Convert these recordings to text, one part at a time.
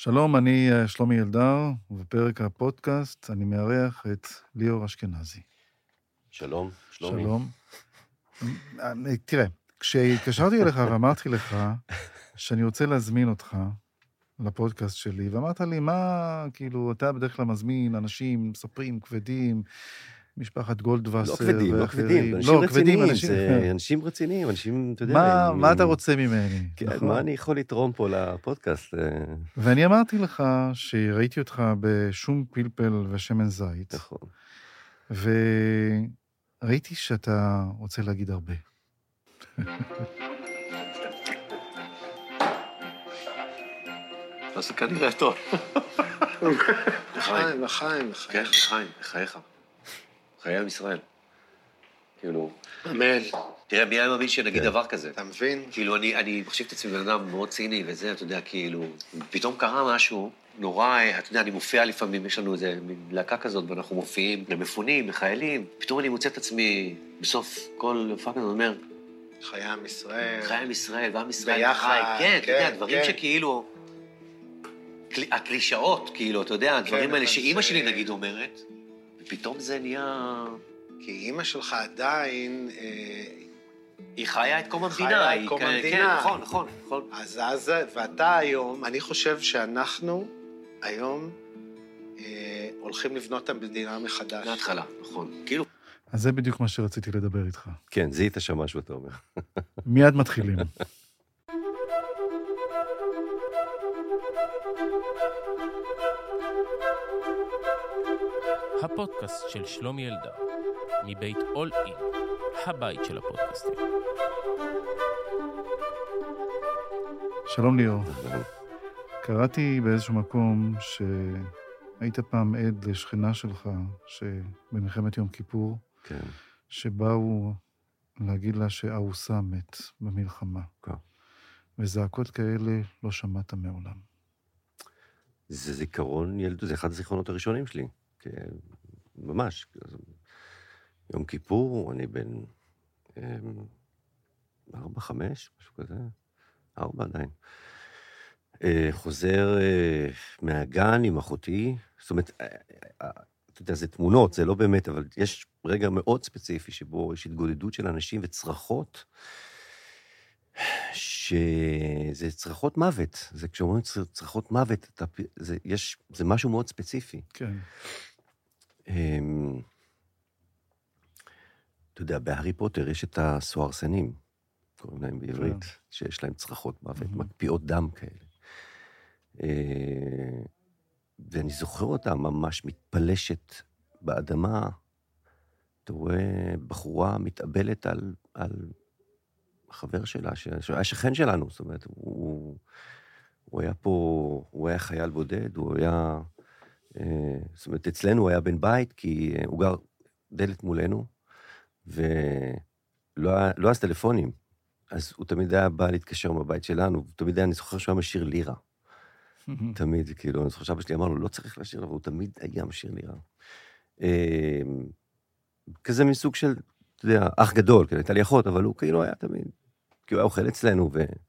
שלום, אני שלומי אלדר, ובפרק הפודקאסט אני מארח את ליאור אשכנזי. שלום, שלומי. שלום. תראה, כשהתקשרתי אליך ואמרתי לך שאני רוצה להזמין אותך לפודקאסט שלי, ואמרת לי, מה, כאילו, אתה בדרך כלל מזמין אנשים מספרים כבדים, משפחת גולדווסר לא כבדים, לא כבדים, ואחרים. אנשים רציניים, זה אנשים רציניים, אנשים, אתה יודע... מה אתה רוצה ממני? כן, נכון? מה אני יכול לתרום פה לפודקאסט? ואני אמרתי לך שראיתי אותך בשום פלפל ושמן זית. נכון. וראיתי שאתה רוצה להגיד הרבה. אז זה כנראה טוב. לחיים. כן, לחיים, לחייך. חיי עם ישראל. כאילו... אמן. תראה, מי היה מאמין שנגיד כן. דבר כזה? אתה מבין? כאילו, אני מחשיב את עצמי בן אדם מאוד ציני וזה, אתה יודע, כאילו... פתאום קרה משהו נורא, אתה יודע, אני מופיע לפעמים, יש לנו איזה להקה כזאת, ואנחנו מופיעים למפונים, לחיילים. פתאום אני מוצא את עצמי בסוף כל הופעה כזאת, אומר... חיי עם ישראל. חיי עם ישראל, ועם ישראל ביחד, חי. כן, אתה יודע, כן, דברים כן. שכאילו... הקלישאות, כאילו, אתה יודע, הדברים האלה אבל שאימא זה- שלי נגיד אומרת, ופתאום זה נהיה... כי אימא שלך עדיין... היא חיה את קום המדינה. חיה את היא קום כן, המדינה. נכון. אז, ואתה היום, אני חושב שאנחנו היום הולכים לבנות את המדינה מחדש. מההתחלה, נכון. כאילו, אז זה בדיוק מה שרציתי לדבר איתך. כן, זיהית שם משהו, אתה אומר. מיד מתחילים. הפודקאסט של שלומי אלדר, מבית אול אין, הבית של הפודקאסטים. שלום ליאור. קראתי באיזשהו מקום שהיית פעם עד לשכנה שלך, שבמלחמת יום כיפור, כן, שבאו להגיד לה שהארוסה מת במלחמה. כן. וזעקות כאלה לא שמעת מעולם. זה זיכרון ילדות, זה אחד הזיכרונות הראשונים שלי. כן, ממש. יום כיפור, אני בן 4, 5, משהו כזה. 4 עדיין. חוזר מהגן עם אחותי, זאת אומרת, אתה יודע, זה תמונות, זה לא באמת, אבל יש רגע מאוד ספציפי שבו יש התגודדות של אנשים וצרחות, שזה צרחות מוות. זה כשאומרים צרחות מוות, זה משהו מאוד ספציפי. כן. אתה יודע, בהארי פוטר יש את הסוהרסנים, קוראים להם בעברית, שיש להם צרחות מוות, מקפיאות דם כאלה. ואני זוכר אותה ממש מתפלשת באדמה, אתה רואה בחורה מתאבלת על חבר שלה, שהיה שכן שלנו, זאת אומרת, הוא היה פה, הוא היה חייל בודד, הוא היה, זאת אומרת, אצלנו הוא היה בן בית, כי הוא גר דלת מולנו, ולא אז טלפונים, אז הוא תמיד היה בא להתקשר מהבית שלנו, ותמיד היה, אני זוכר שהוא היה משאיר לירה. תמיד, כאילו, אני זוכר שאבא שלי אמר לו, לא צריך לשיר, אבל הוא תמיד היה משאיר לירה. כזה מסוג של, אתה יודע, אח גדול, כן, הייתה לי אחות, אבל הוא כאילו היה תמיד, כי הוא היה אוכל אצלנו,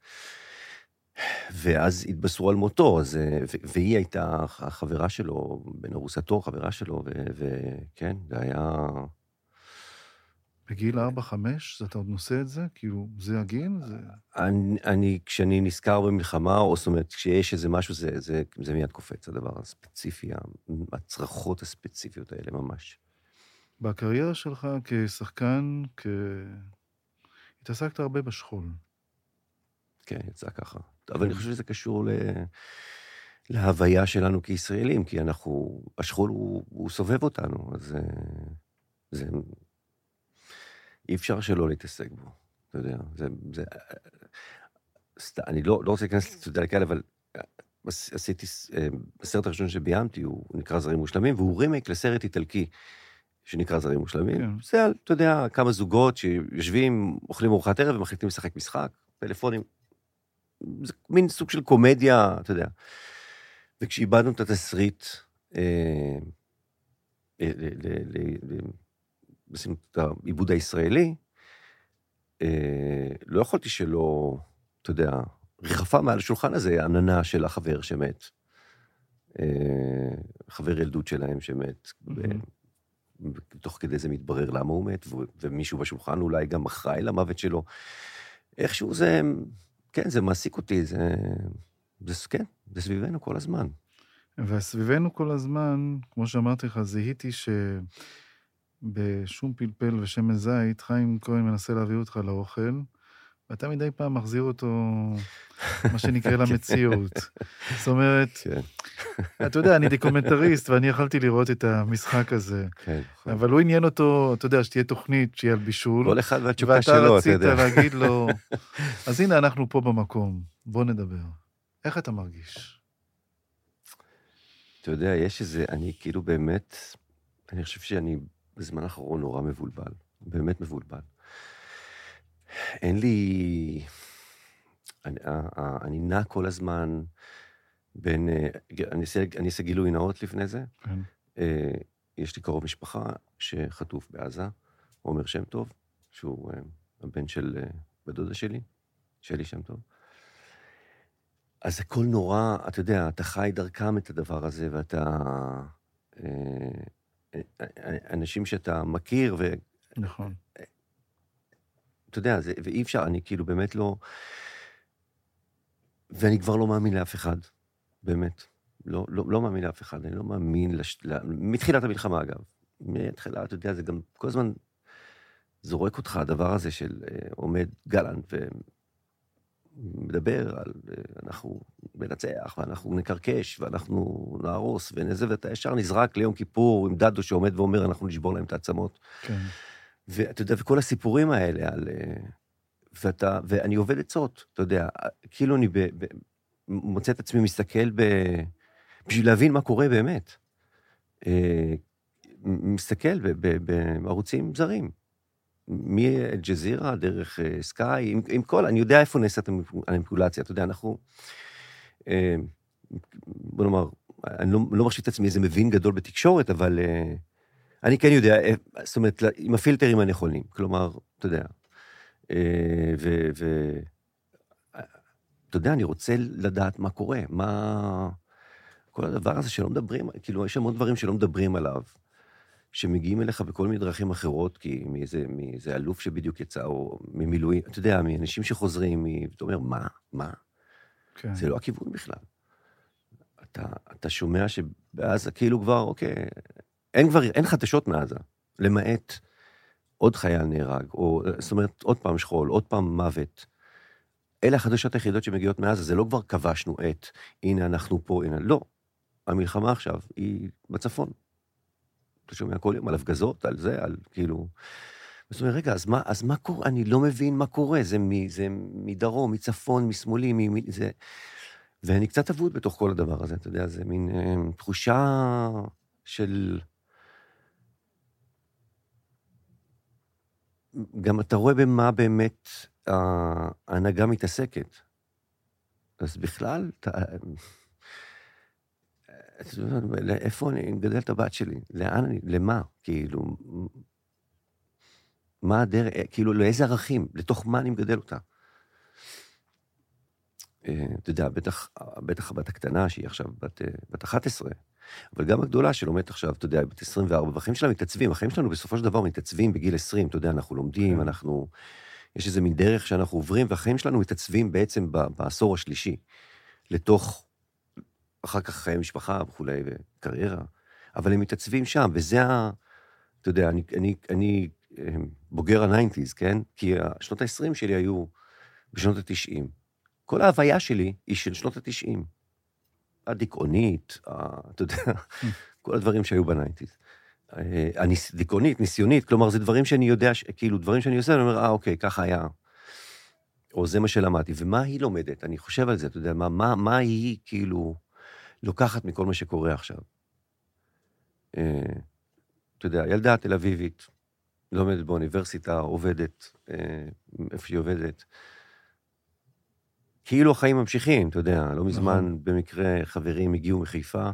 ואז התבשרו על מותו, והיא הייתה החברה שלו, בן ארוסתו, חברה שלו, וכן, זה היה... בגיל 4-5, אתה עוד נושא את זה? כאילו, זה הגיל? כשאני נזכר במלחמה, או זאת אומרת, כשיש איזה משהו, זה מיד קופץ, הדבר הספציפי, הצרחות הספציפיות האלה ממש. בקריירה שלך כשחקן, התעסקת הרבה בשכול. כן, יצא ככה. אבל אני חושב שזה קשור להוויה שלנו כישראלים, כי השכול הוא סובב אותנו, אז זה... אי אפשר שלא להתעסק בו, אתה יודע, אני לא רוצה להיכנס, אתה יודע, לכאלה, אבל עשיתי, הסרט הראשון שביימתי, הוא נקרא זרים מושלמים, והוא רימייק לסרט איטלקי, שנקרא זרים מושלמים. כן. זה, אתה יודע, כמה זוגות שיושבים, אוכלים ארוחת ערב, ומחליטים לשחק משחק, טלפונים, זה מין סוג של קומדיה, אתה יודע. וכשאיבדנו את התסריט, בשים את העיבוד הישראלי, לא יכולתי שלא, אתה יודע, רחפה מעל השולחן הזה, עננה של החבר שמת. חבר ילדות שלהם שמת, תוך כדי זה מתברר למה הוא מת, ומישהו בשולחן אולי גם אחראי למוות שלו. איכשהו זה, כן, זה מעסיק אותי, כן, זה סביבנו כל הזמן. וסביבנו כל הזמן, כמו שאמרתי לך, זיהיתי שבשום פלפל ושמן זית, חיים כהן מנסה להביא אותך לאוכל, ואתה מדי פעם מחזיר אותו, מה שנקרא למציאות. זאת אומרת, אתה יודע, אני דוקומנטריסט, ואני יכלתי לראות את המשחק הזה. אבל הוא עניין אותו, אתה יודע, שתהיה תוכנית שיהיה על בישול. כל אחד והתשוקה שלו, אתה יודע. ואתה רצית להגיד לו, אז הנה אנחנו פה במקום, בוא נדבר. איך אתה מרגיש? אתה יודע, יש איזה, אני כאילו באמת, אני חושב שאני בזמן האחרון נורא מבולבל, באמת מבולבל. אין לי, אני נע כל הזמן בין, אני אעשה גילוי נאות לפני זה. כן. יש לי קרוב משפחה שחטוף בעזה, עומר שם טוב, שהוא הבן של בדודה שלי, שלי שם טוב. אז הכל נורא, אתה יודע, אתה חי דרכם את הדבר הזה, ואתה, אנשים שאתה מכיר, נכון. אתה יודע, ואי אפשר, אני כאילו באמת לא, ואני כבר לא מאמין לאף אחד, באמת. לא מאמין לאף אחד, אני לא מאמין, מתחילת המלחמה אגב, מתחילה, אתה יודע, זה גם כל הזמן זורק אותך, הדבר הזה של עומד גלנט ומדבר על, אנחנו ננצח, ואנחנו נקרקש, ואנחנו נהרוס, ונזה, ואתה ישר נזרק ליום כיפור עם דדו שעומד ואומר, אנחנו נשבור להם את העצמות. כן. ואתה יודע, וכל הסיפורים האלה על, ואני עובד עצות, אתה יודע, כאילו אני מוצא את עצמי מסתכל בשביל להבין מה קורה באמת. מסתכל בערוצים זרים. מג'זירה, דרך סקאי, עם כל, אני יודע איפה נעשית המניפולציה, אתה יודע, אנחנו, בוא נאמר, אני לא מחשיב את עצמי איזה מבין גדול בתקשורת, אבל אני כן יודע, זאת אומרת, עם הפילטרים הנכונים, כלומר, אתה יודע, אתה יודע, אני רוצה לדעת מה קורה, מה, כל הדבר הזה שלא מדברים, כאילו, יש המון דברים שלא מדברים עליו, שמגיעים אליך בכל מיני דרכים אחרות, כי מאיזה אלוף שבדיוק יצא, או ממילואים, אתה יודע, מאנשים שחוזרים, אתה אומר, מה? כן. זה לא הכיוון בכלל. אתה שומע שבעזה, כאילו כבר, אוקיי, אין חדשות מעזה, למעט עוד חייל נהרג, או, זאת אומרת, עוד פעם שכול, עוד פעם מוות. אלה החדשות היחידות שמגיעות מעזה, זה לא כבר כבשנו הנה אנחנו פה, הנה, לא. המלחמה עכשיו היא בצפון. אתה שומע כל יום על הפגזות, על זה, על כאילו... זאת אומרת, רגע, אז מה קורה? אני לא מבין מה קורה, זה מדרום, מצפון, משמאלי, זה... ואני קצת אבוד בתוך כל הדבר הזה, אתה יודע, זה מין תחושה של... גם אתה רואה במה באמת ההנהגה מתעסקת. אז בכלל, איפה אני מגדל את הבת שלי? לאן אני? למה? כאילו, מה הדרך? כאילו, לאיזה ערכים? לתוך מה אני מגדל אותה? אתה יודע, בטח הבת הקטנה, שהיא עכשיו בת 11, אבל גם הגדולה שלומדת עכשיו, אתה יודע, בת 24, והחיים שלה מתעצבים, החיים שלנו בסופו של דבר מתעצבים בגיל 20, אתה יודע, אנחנו לומדים, יש איזה מין דרך שאנחנו עוברים, והחיים שלנו מתעצבים בעצם בעשור השלישי, לתוך, אחר כך חיי משפחה וכולי, וקריירה, אבל הם מתעצבים שם, וזה אתה יודע, אני בוגר ה-90s, כן? כי השנות ה-20 שלי היו בשנות ה-90. כל ההוויה שלי היא של שנות ה-90. הדיכאונית, אתה יודע, כל הדברים שהיו ב-90s. דיכאונית, ניסיונית, כלומר, זה דברים שאני יודע, כאילו, דברים שאני עושה, אני אומר, אוקיי, ככה היה. או זה מה שלמדתי. ומה היא לומדת? אני חושב על זה, אתה יודע, מה היא, כאילו, לוקחת מכל מה שקורה עכשיו. אתה יודע, ילדה תל אביבית, לומדת באוניברסיטה, עובדת, איפה שהיא עובדת. כאילו החיים ממשיכים, אתה יודע, לא מזמן במקרה חברים הגיעו מחיפה,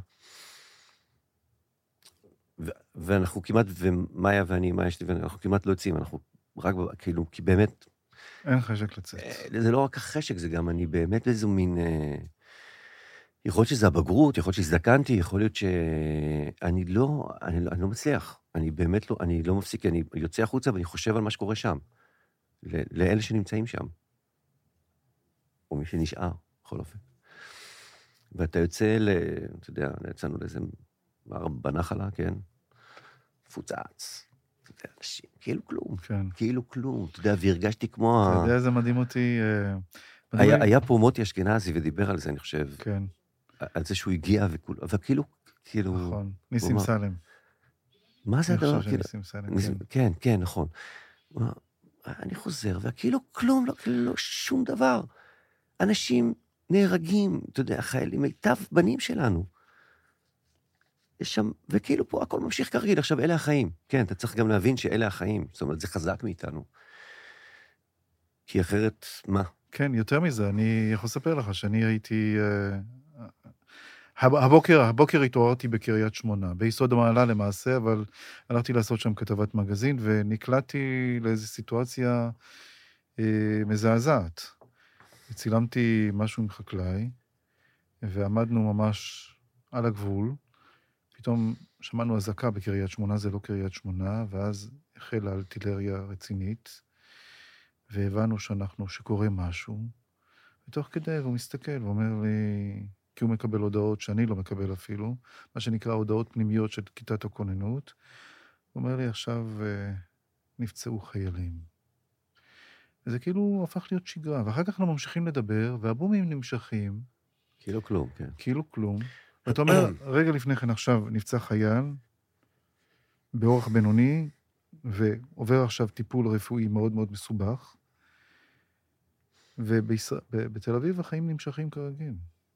ואנחנו כמעט, ומאיה ואני, מאיה שלי, אנחנו כמעט לא יוצאים, אנחנו רק, כאילו, כי באמת... אין חשק לצאת. זה לא רק החשק, זה גם אני באמת איזו מין... יכול להיות שזה הבגרות, יכול להיות שהזדקנתי, יכול להיות שאני לא מצליח. אני באמת לא, אני לא מפסיק, אני יוצא החוצה ואני חושב על מה שקורה שם. לאלה שנמצאים שם. או מי שנשאר, בכל אופן. ואתה יוצא אתה יודע, יצאנו לאיזה בנחלה, כן? פוצץ. אתה יודע, אנשים, כאילו כלום. כן. כאילו כלום. אתה יודע, והרגשתי כמו אתה יודע, זה מדהים אותי. היה פה מוטי אשכנזי ודיבר על זה, אני חושב. כן. על זה שהוא הגיע וכאילו, נכון. ניסים סלם. מה זה הדבר? אני חושב שניסים סלם, כן. כן, כן, נכון. אני חוזר, וכאילו כלום, לא שום דבר. אנשים נהרגים, אתה יודע, חיילים, מיטב בנים שלנו. יש שם, וכאילו פה הכל ממשיך כרגיל. עכשיו, אלה החיים. כן, אתה צריך גם להבין שאלה החיים. זאת אומרת, זה חזק מאיתנו. כי אחרת, מה? כן, יותר מזה, אני יכול לספר לך שאני הייתי... הבוקר התעוררתי בקריית שמונה, ביסוד המעלה למעשה, אבל הלכתי לעשות שם כתבת מגזין, ונקלעתי לאיזו סיטואציה מזעזעת. צילמתי משהו עם חקלאי, ועמדנו ממש על הגבול, פתאום שמענו אזעקה בקריית שמונה, זה לא קריית שמונה, ואז החלה ארטילריה רצינית, והבנו שקורה משהו, ותוך כדי הוא מסתכל ואומר לי, כי הוא מקבל הודעות שאני לא מקבל אפילו, מה שנקרא הודעות פנימיות של כיתת הכוננות, הוא אומר לי עכשיו נפצעו חיילים. וזה כאילו הפך להיות שגרה, ואחר כך אנחנו ממשיכים לדבר, והבומים נמשכים. כאילו כלום, כן. כאילו כלום. ואתה אומר, רגע לפני כן עכשיו נפצע חייל, באורח בינוני, ועובר עכשיו טיפול רפואי מאוד מאוד מסובך, ובתל אביב החיים נמשכים כרגיל.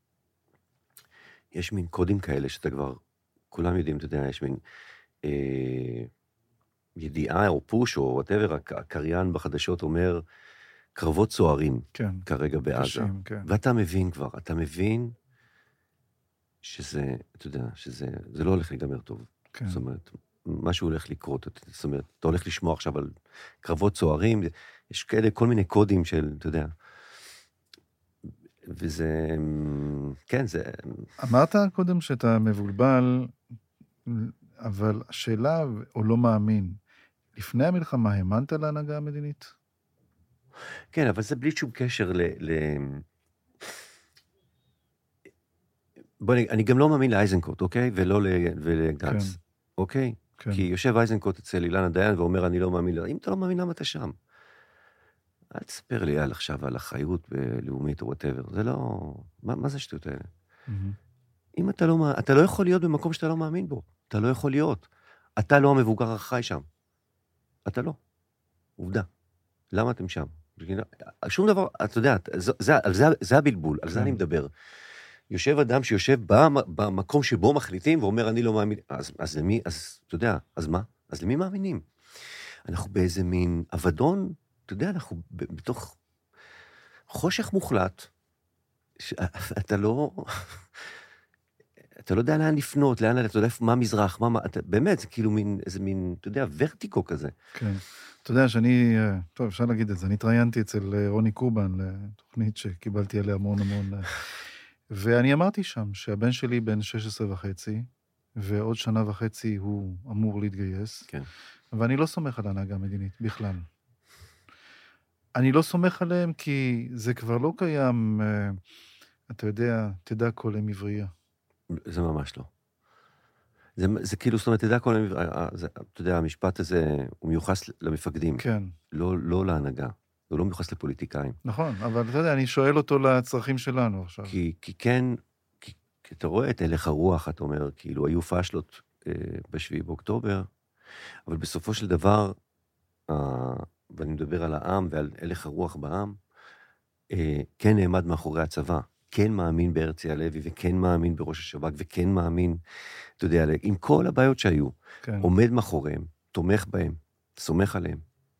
יש מין קודים כאלה שאתה כבר, כולם יודעים, אתה יודע, יש מין ידיעה או פוש או whatever, הקריין בחדשות אומר, קרבות סוערים, כן, כרגע בעזה. קשים, כן. ואתה מבין כבר, אתה מבין שזה, אתה יודע, שזה לא הולך להיגמר טוב. כן. זאת אומרת, משהו הולך לקרות, זאת אומרת, אתה הולך לשמוע עכשיו על קרבות סוערים, יש כאלה כל מיני קודים של, אתה יודע, וזה, כן, זה... אמרת קודם שאתה מבולבל, אבל השאלה, או לא מאמין, לפני המלחמה, האמנת להנהגה המדינית? כן, אבל זה בלי שום קשר בוא נגיד, אני גם לא מאמין לאייזנקוט, אוקיי? ולא לגנץ, כן. אוקיי? כן. כי יושב אייזנקוט אצל אילנה דיין ואומר, אני לא מאמין, אם אתה לא מאמין, למה אתה שם? אל תספר לי עכשיו על אחריות בלאומית או whatever, זה לא... מה זה שטויות האלה? אם אתה לא יכול להיות במקום שאתה לא מאמין בו, אתה לא יכול להיות. אתה לא המבוגר החי שם. אתה לא. עובדה. למה אתם שם? שום דבר, אתה יודע, זה הבלבול, על זה אני מדבר. יושב אדם שיושב במקום שבו מחליטים ואומר, אני לא מאמין. אז למי, אז אתה יודע, אז מה? אז למי מאמינים? אנחנו באיזה מין אבדון, אתה יודע, אנחנו בתוך חושך מוחלט, אתה לא יודע לאן לפנות, לאן, אתה יודע, מה מזרח, באמת, זה כאילו איזה מין, אתה יודע, ורטיקו כזה. כן. אתה יודע שאני, טוב, אפשר להגיד את זה, אני התראיינתי אצל רוני קובן לתוכנית שקיבלתי עליה המון, ואני אמרתי שם שהבן שלי בן 16.5, ועוד שנה וחצי הוא אמור להתגייס, כן. ואני לא סומך על ההנהגה המדינית, בכלל. אני לא סומך עליהם כי זה כבר לא קיים, אתה יודע, תדע כל אם עברייה. זה ממש לא. זה כאילו, זאת אומרת, תדע כל אם עברייה, אתה יודע, המשפט הזה הוא מיוחס למפקדים. כן. לא להנהגה. הוא לא מיוחס לפוליטיקאים. נכון, אבל אתה יודע, אני שואל אותו לצרכים שלנו עכשיו. כי כן, כי אתה רואה את הלך הרוח, אתה אומר, כאילו, היו פשלות ב7 באוקטובר, אבל בסופו של דבר, ואני מדבר על העם ועל הלך הרוח בעם, כן נעמד מאחורי הצבא, כן מאמין בהרצי הלוי, וכן מאמין בראש השב"כ, וכן מאמין, אתה יודע, עם כל הבעיות שהיו, כן. עומד מאחוריהם, תומך בהם, סומך עליהם.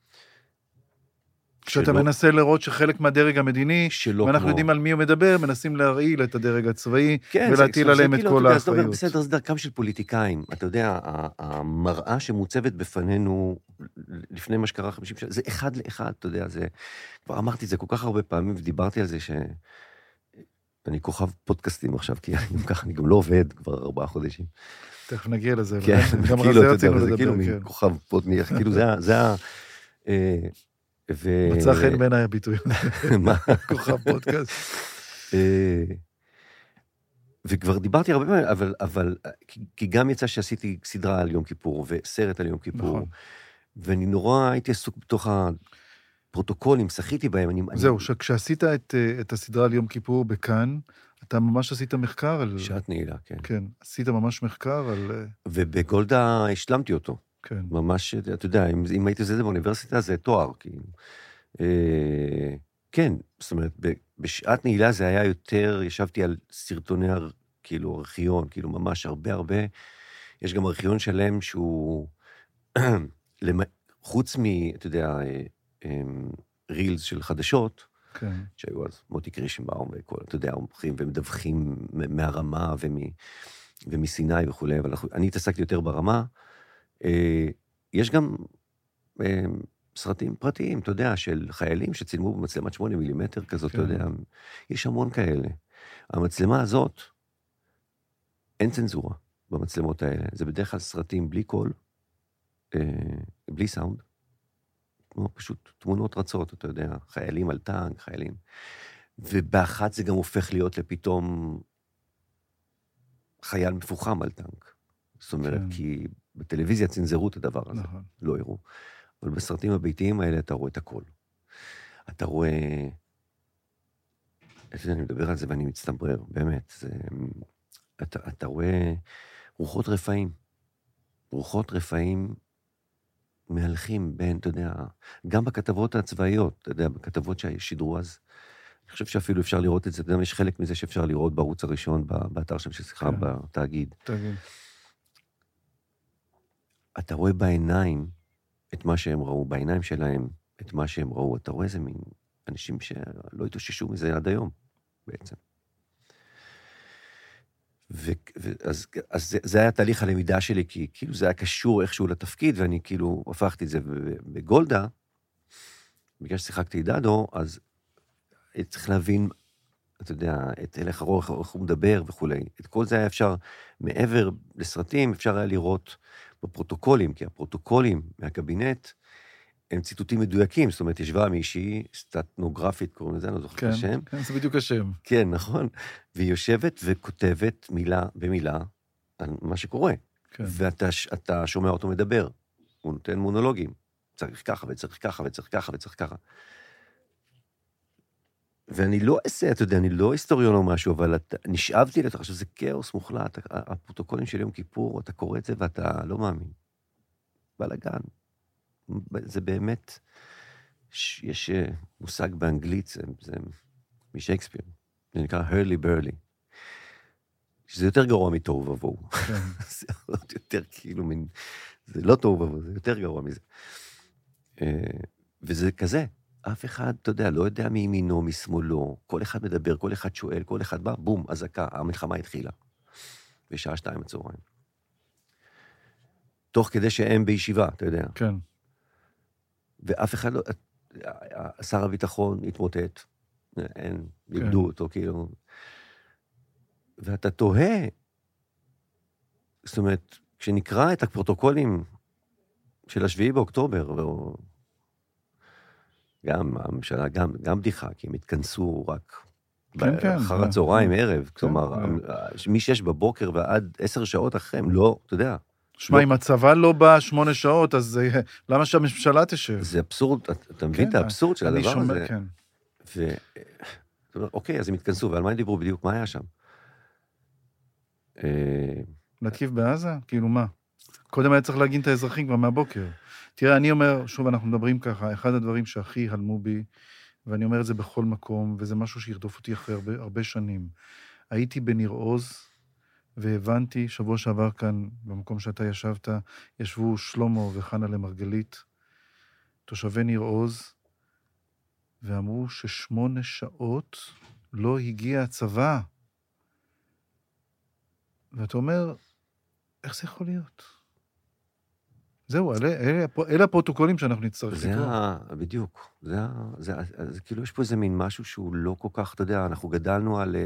כשאתה מנסה לראות שחלק מהדרג המדיני, ואנחנו כמו... יודעים על מי הוא מדבר, מנסים להרעיל את הדרג הצבאי, כן, ולהטיל עליהם את כל האחריות. בסדר, זה דרכם של פוליטיקאים. אתה יודע, המראה שמוצבת בפנינו, לפני מה שקרה 50 שנה, זה אחד לאחד, אתה יודע, זה... כבר אמרתי את זה כל כך הרבה פעמים, ודיברתי על זה אני כוכב פודקאסטים עכשיו, כי אני גם לא עובד כבר 4 חודשים. תכף נגיע לזה. כן, גם כאילו, רזה רצינו זה לדבר, כאילו כן. מכוכב פודקאסט, כאילו זה ה... מצא חן בעיניי הביטוי. מה? כוכב פודקאסט. וכבר דיברתי הרבה פעמים, אבל כי גם יצא שעשיתי סדרה על יום כיפור, וסרט על יום כיפור, נכון. ואני נורא הייתי עסוק בתוך הפרוטוקולים, שחיתי בהם. זהו, כשעשית את הסדרה על יום כיפור בכאן, אתה ממש עשית מחקר על... שעת נעילה, כן. כן, עשית ממש מחקר על... ובגולדה השלמתי אותו. כן. ממש, אתה יודע, אם הייתי עושה את זה באוניברסיטה, זה תואר, כאילו. כן, זאת אומרת, בשעת נעילה זה היה יותר, ישבתי על סרטוני, כאילו, ארכיון, כאילו, ממש הרבה, יש גם ארכיון שלם שהוא, חוץ אתה יודע, רילס של חדשות, כן. שהיו אז מוטי קרישנבאום וכל, אתה יודע, הולכים ומדווחים מהרמה ומסיני וכו', אבל אני התעסקתי יותר ברמה. יש גם סרטים פרטיים, אתה יודע, של חיילים שצילמו במצלמת 8 מילימטר כזאת, אתה יודע, יש המון כאלה. המצלמה הזאת, אין צנזורה במצלמות האלה. זה בדרך כלל סרטים בלי קול, בלי סאונד, כמו פשוט תמונות רצות, אתה יודע, חיילים על טנק, חיילים. ובאחת זה גם הופך להיות לפתאום חייל מפוחם על טנק. זאת אומרת, כי בטלוויזיה צנזרו את הדבר הזה, לא הראו. אבל בסרטים הביתיים האלה אתה רואה את הכל. אתה רואה... אני מדבר על זה ואני מצטמברר, באמת. אתה רואה רוחות רפאים. רוחות רפאים מהלכים בין, אתה יודע, גם בכתבות הצבאיות, אתה יודע, בכתבות ששידרו אז. אני חושב שאפילו אפשר לראות את זה, אתה יודע, יש חלק מזה שאפשר לראות בערוץ הראשון, באתר שם ששיחה בתאגיד. אתה רואה בעיניים את מה שהם ראו, בעיניים שלהם, את מה שהם ראו, אתה רואה איזה מין אנשים שלא התאוששו מזה עד היום, בעצם. אז זה היה תהליך הלמידה שלי, כי כאילו זה היה קשור איכשהו לתפקיד, ואני כאילו הפכתי את זה בגולדה, בגלל ששיחקתי דדו, אז צריך להבין, אתה יודע, את הלך הרוח, איך הוא מדבר וכו'. את כל זה היה אפשר, מעבר לסרטים, אפשר היה לראות בפרוטוקולים, כי הפרוטוקולים מהקבינט, הם ציטוטים מדויקים, זאת אומרת, ישבה מישהי, סטטנוגרפית, קוראים לזה, אני לא זוכר את השם. כן, זה בדיוק השם. כן, נכון. והיא יושבת וכותבת מילה במילה על מה שקורה. כן. ואתה שומע אותו מדבר. הוא נותן מונולוגים. צריך ככה, וצריך ככה, וצריך ככה, וצריך ככה. ואני לא אעשה, אתה יודע, אני לא היסטוריון או משהו, אבל נשאבתי לתוך, עכשיו זה כאוס מוחלט, הפרוטוקולים של יום כיפור, אתה קורא את זה ואתה לא מאמין. בלגן. זה באמת, יש מושג באנגלית, זה משייקספיר, זה נקרא הרלי ברלי, שזה יותר גרוע מתוהו ובוהו. זה יותר כאילו, זה לא תוהו ובוהו, זה יותר גרוע מזה. וזה כזה, אף אחד, אתה יודע, לא יודע מימינו, משמאלו, כל אחד מדבר, כל אחד שואל, כל אחד בא, בום, אזעקה, המלחמה התחילה. בשעה 2 בצהריים. תוך כדי שהם בישיבה, אתה יודע. כן. ואף אחד לא, שר הביטחון התמוטט, אין, לימדו אותו, כאילו. ואתה תוהה, זאת אומרת, כשנקרא את הפרוטוקולים של 7 באוקטובר, גם הממשלה, גם בדיחה, כי הם התכנסו רק אחר הצהריים, ערב, כלומר, מ-6 בבוקר ועד 10 שעות אחריהם, לא, אתה יודע. שמע, אם הצבא לא בא 8 שעות, אז למה שהממשלה תשב? זה אבסורד, אתה מבין את האבסורד של הדבר הזה? כן. אוקיי, אז הם התכנסו, ועל מה הם דיברו בדיוק? מה היה שם? להתקיף בעזה? כאילו מה? קודם היה צריך להגין את האזרחים כבר מהבוקר. תראה, אני אומר, שוב, אנחנו מדברים ככה, אחד הדברים שהכי הלמו בי, ואני אומר את זה בכל מקום, וזה משהו שירדוף אותי אחרי הרבה שנים. הייתי בניר עוז, והבנתי, שבוע שעבר כאן, במקום שאתה ישבת, ישבו שלמה וחנה למרגלית, תושבי ניר עוז, ואמרו ש8 שעות לא הגיע הצבא. ואתה אומר, איך זה יכול להיות? זהו, אלה הפרוטוקולים שאנחנו נצטרך לקרוא. בדיוק. זה כאילו, יש פה איזה מין משהו שהוא לא כל כך, אתה יודע, אנחנו גדלנו על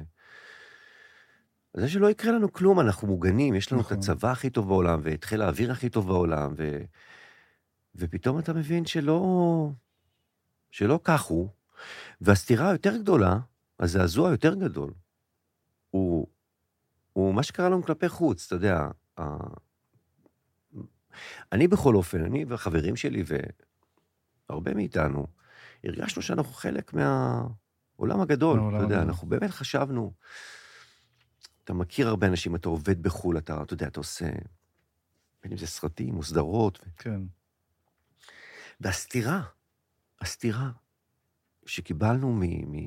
זה שלא יקרה לנו כלום, אנחנו מוגנים, יש לנו את הצבא הכי טוב בעולם, ואת חיל האוויר הכי טוב בעולם, ופתאום אתה מבין שלא כך הוא, והסתירה היותר גדולה, הזעזוע היותר גדול, הוא מה שקרה לנו כלפי חוץ, אתה יודע, אני בכל אופן, אני והחברים שלי והרבה מאיתנו, הרגשנו שאנחנו חלק מהעולם הגדול, אתה יודע, אנחנו באמת חשבנו, אתה מכיר הרבה אנשים, אתה עובד בחול, אתה יודע, אתה עושה, בין אם זה סרטים או סדרות. כן. והסתירה שקיבלנו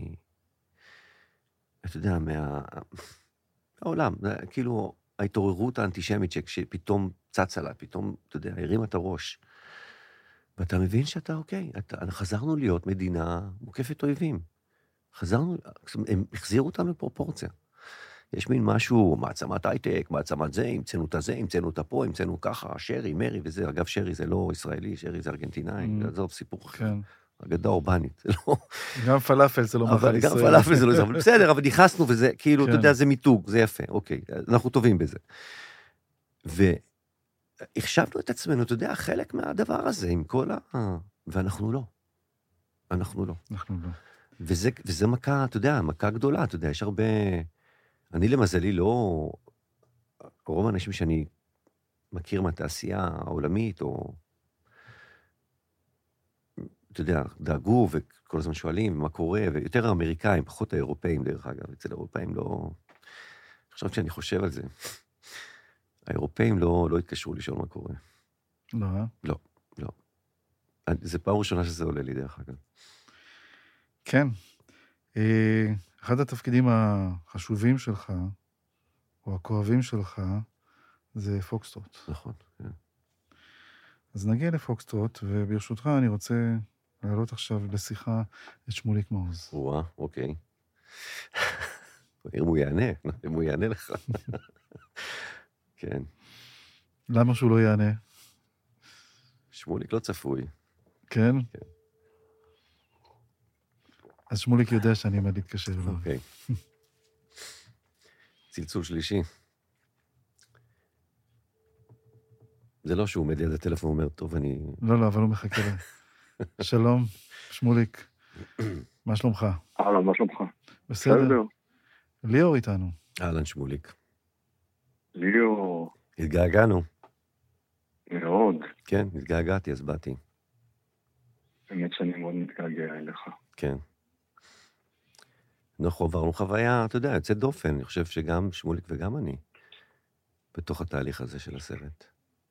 אתה יודע, מהעולם, כאילו ההתעוררות האנטישמית שפתאום צצה לה, פתאום, אתה יודע, הרימה את הראש. ואתה מבין שאתה, אוקיי, חזרנו להיות מדינה מוקפת אויבים. הם החזירו אותם לפרופורציה. יש מין משהו, מעצמת הייטק, מעצמת זה, המצאנו את זה, המצאנו את פה, המצאנו ככה, שרי, מרי וזה. אגב, שרי זה לא ישראלי, שרי זה ארגנטינאי, זה סיפור אחר. כן. אגדה אורבנית, זה לא... גם פלאפל זה לא מחל ישראל. גם פלאפל זה לא ישראל. בסדר, אבל נכנסנו וזה, כאילו, אתה יודע, זה מיתוג, זה יפה, אוקיי, אנחנו טובים בזה. והחשבנו את עצמנו, אתה יודע, חלק מהדבר הזה, עם כל ואנחנו לא. אנחנו לא. וזה מכה, אתה יודע, מכה גדולה, אתה יודע, יש הרבה... אני למזלי לא... רוב האנשים שאני מכיר מהתעשייה העולמית, או... אתה יודע, דאגו וכל הזמן שואלים מה קורה, ויותר האמריקאים, פחות האירופאים, דרך אגב, אצל האירופאים לא... עכשיו שאני חושב על זה, האירופאים לא התקשרו לשאול מה קורה. לא, לא. זה פעם ראשונה שזה עולה לי, דרך אגב. כן. אחד התפקידים החשובים שלך, או הכואבים שלך, זה פוקסטרוט. נכון, כן. אז נגיע לפוקסטרוט, וברשותך אני רוצה לעלות עכשיו לשיחה את שמוליק מעוז. אוקיי. אם הוא יענה לך. כן. למה שהוא לא יענה? שמוליק לא צפוי. כן? כן. אז שמוליק יודע שאני עמד להתקשר אליו. אוקיי. צלצול שלישי. זה לא שהוא עומד ליד הטלפון ואומר, טוב, אני... לא, אבל הוא מחכה לי. שלום, שמוליק. מה שלומך? אהלן, מה שלומך? בסדר. ליאור איתנו. אהלן, שמוליק. ליאור. התגעגענו. מאוד. כן, התגעגעתי, אז באתי. באמת שאני מאוד מתגעגע אליך. כן. אנחנו עברנו חוויה, אתה יודע, יוצאת דופן. אני חושב שגם שמוליק וגם אני, בתוך התהליך הזה של הסרט.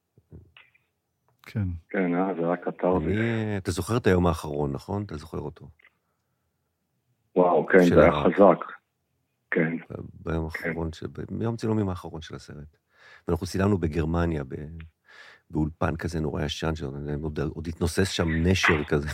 כן. כן, זה רק אתה אתה זוכר את היום האחרון, נכון? אתה זוכר אותו. וואו, כן, זה היה חזק. כן. ביום האחרון, ביום צילומים האחרון של הסרט. ואנחנו צילמנו בגרמניה, באולפן כזה נורא ישן, שעוד התנוסס שם נשר כזה,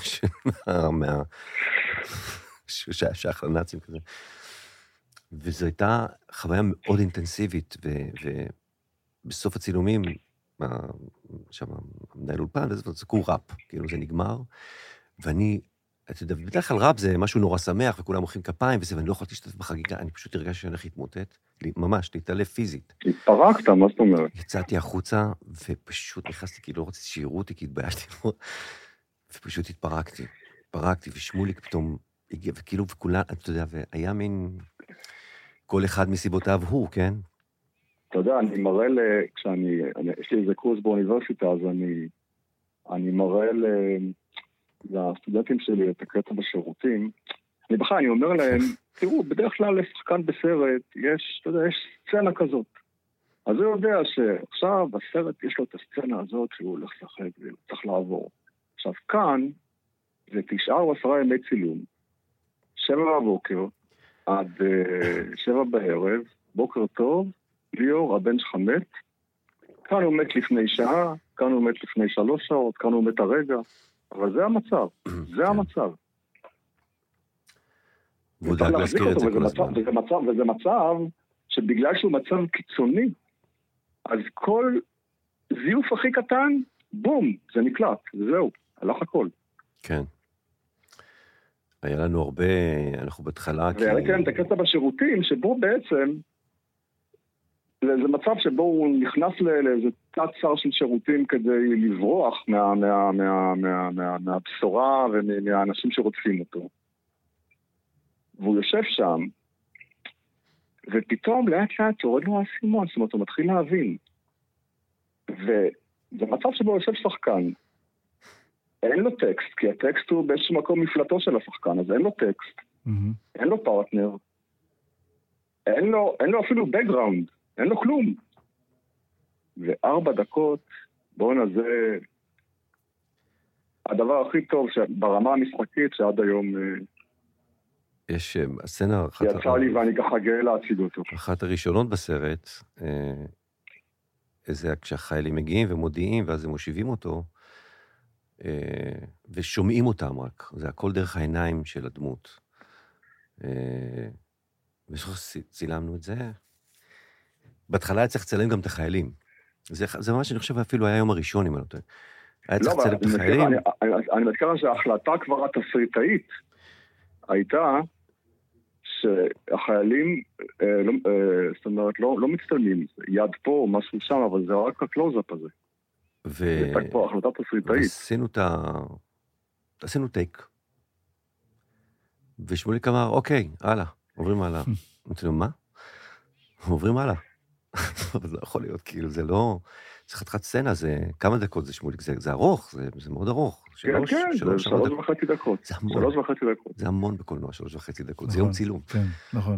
שייך לנאצים כזה. וזו הייתה חוויה מאוד אינטנסיבית, ובסוף הצילומים, שם המנהל אולפן, זה קור ראפ, כאילו זה נגמר, ואני, אתה יודע, בדרך כלל ראפ זה משהו נורא שמח, וכולם מוחאים כפיים וזה, ואני לא יכולתי להשתתף בחגיגה, אני פשוט הרגשתי שאני הולך להתמוטט, ממש, להתעלף פיזית. התפרקת, מה זאת אומרת? יצאתי החוצה, ופשוט נכנסתי, כי לא רציתי שיראו אותי, כי התביישתי, ופשוט התפרקתי, ושמוליק פתאום הגיע, וכאילו, וכולם, אתה יודע, והיה מין, כל אחד מסיבותיו הוא, כן? אתה יודע, אני מראה יש לי איזה קורס באוניברסיטה, אז אני מראה לסטודנטים שלי את הקטע בשירותים. אני אומר להם, תראו, בדרך כלל לשחקן בסרט, אתה יודע, יש סצנה כזאת. אז הוא יודע שעכשיו בסרט יש לו את הסצנה הזאת שהוא הולך לשחק וצריך לעבור. עכשיו, כאן זה 9 או 10 ימי צילום, 7 בבוקר עד 7 בערב, בוקר טוב, ליאור, הבן שלך מת, כאן הוא מת לפני שעה, כאן הוא מת לפני 3 שעות, כאן הוא מת הרגע, אבל זה המצב, זה המצב. והוא דאג להזכיר את זה כל הזמן. וזה מצב שבגלל שהוא מצב קיצוני, אז כל זיוף הכי קטן בום, זה נקלט, וזהו, הלך הכל. כן. היה לנו הרבה, אנחנו בהתחלה... והראיתי להם את הקטע בשירותים, שבו בעצם, זה מצב שבו הוא נכנס לאיזה תת-שר של שירותים כדי לברוח מהבשורה ומהאנשים שרודפים אותו. והוא יושב שם, ופתאום לאט לאט יורד לו האסימון, זאת אומרת, הוא מתחיל להבין. וזה מצב שבו יושב שחקן, אין לו טקסט, כי הטקסט הוא באיזשהו מקום מפלטו של השחקן, אז אין לו טקסט, אין לו פרטנר, אין לו אפילו בקגראונד, אין לו כלום. 4 דקות, בואו נזה, הדבר הכי טוב ברמה המשחקית שעד היום יש הסצנה... יצא לי ואני ככה גאה להציג אותו. אחת הראשונות בסרט, זה כשהחיילים מגיעים ומודיעים, ואז הם מושיבים אותו, ושומעים אותם רק. זה הכל דרך העיניים של הדמות. וצילמנו את זה. בהתחלה היה צריך לצלם גם את החיילים. זה מה שאני חושב אפילו היה היום הראשון, אם אני לא טועה. היה צריך לצלם את החיילים. אני מזכיר שההחלטה כבר התסריטאית הייתה שהחיילים, זאת אומרת, לא מצטלמים, יד פה או משהו שם, אבל זה רק הקלוז-אפ הזה. הייתה כבר החלטה תסריטאית. עשינו טייק. ושמוליק אמר, אוקיי, הלאה, עוברים הלאה. אמרתי לו, מה? עוברים הלאה. זה לא יכול להיות, כאילו, זה לא... זה חתיכת סצנה, זה כמה דקות זה שמוליק, זה ארוך, זה מאוד ארוך. כן, זה 3.5 דקות. זה המון. 3.5 דקות. זה המון בקולנוע, 3.5 דקות. זה יום צילום. כן, נכון.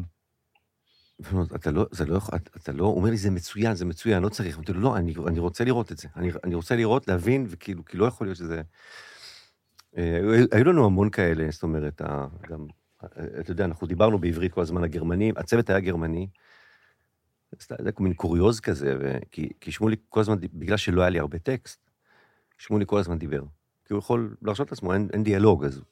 אתה לא אומר לי, זה מצוין, לא צריך. אמרתי לו, לא, אני רוצה לראות את זה. אני רוצה לראות, להבין, וכאילו, כי לא יכול להיות שזה... היו לנו המון כאלה, זאת אומרת, גם, אתה יודע, אנחנו דיברנו בעברית כל הזמן, הגרמנים, הצוות היה גרמני, זה מין קוריוז כזה, כי שמולי כל הזמן, בגלל שלא היה לי הרבה טקסט, שמולי כל הזמן דיבר. כי הוא יכול להרשות לעצמו, אין דיאלוג, אז...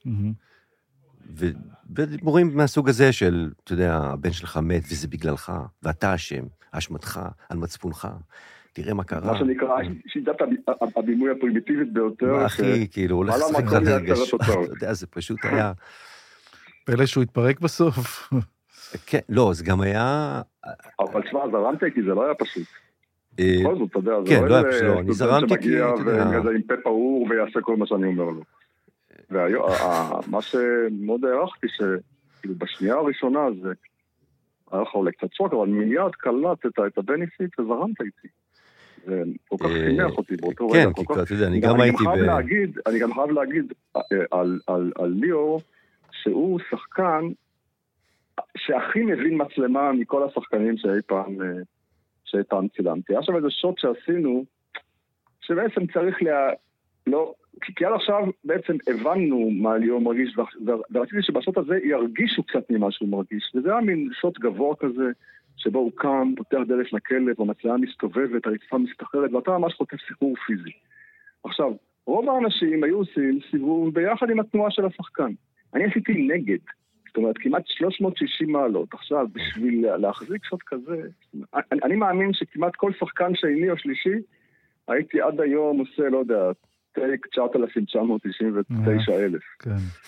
ודיבורים מהסוג הזה של, אתה יודע, הבן שלך מת וזה בגללך, ואתה אשם, אשמתך, על מצפונך, תראה מה קרה. מה שנקרא, שיטת הבימוי הפרימיטיבית ביותר. מה אחי, כאילו, הולך לשחק לך דרגש, אתה יודע, זה פשוט היה... פלא שהוא התפרק בסוף. כן, לא, זה גם היה... אבל תשמע, זרמתי, כי זה לא היה פשוט. בכל זאת, אתה יודע, זה לא היה פשוט, אני זרמתי כי... ומגיע עם פה פעור ויעשה כל מה שאני אומר לו. ומה שמאוד הערכתי, שכאילו בשנייה הראשונה זה היה לך עולה קצת שוק, אבל מיד קלט את הבניפיט וזרמת איתי. זה כל כך שימח אותי באותו רגע. כן, כי אתה יודע, אני גם הייתי אני גם חייב להגיד על ליאור, שהוא שחקן שהכי מבין מצלמה מכל השחקנים שאי פעם צילמתי. היה שם איזה שוט שעשינו, שבעצם צריך לא... כי עד עכשיו בעצם הבנו מה ליאור מרגיש, ורציתי שבשוט הזה ירגישו קצת ממה שהוא מרגיש, וזה היה מין שוט גבוה כזה, שבו הוא קם, פותח דלת לכלב, המצלמה מסתובבת, הרצפה מסתחררת, ואתה ממש חוטף סיפור פיזי. עכשיו, רוב האנשים היו עושים סיבוב ביחד עם התנועה של השחקן. אני עשיתי נגד, זאת אומרת, כמעט 360 מעלות. עכשיו, בשביל להחזיק שוט כזה, אני מאמין שכמעט כל שחקן שני או שלישי, הייתי עד היום עושה, לא יודע, טייק 9,999,000. כן.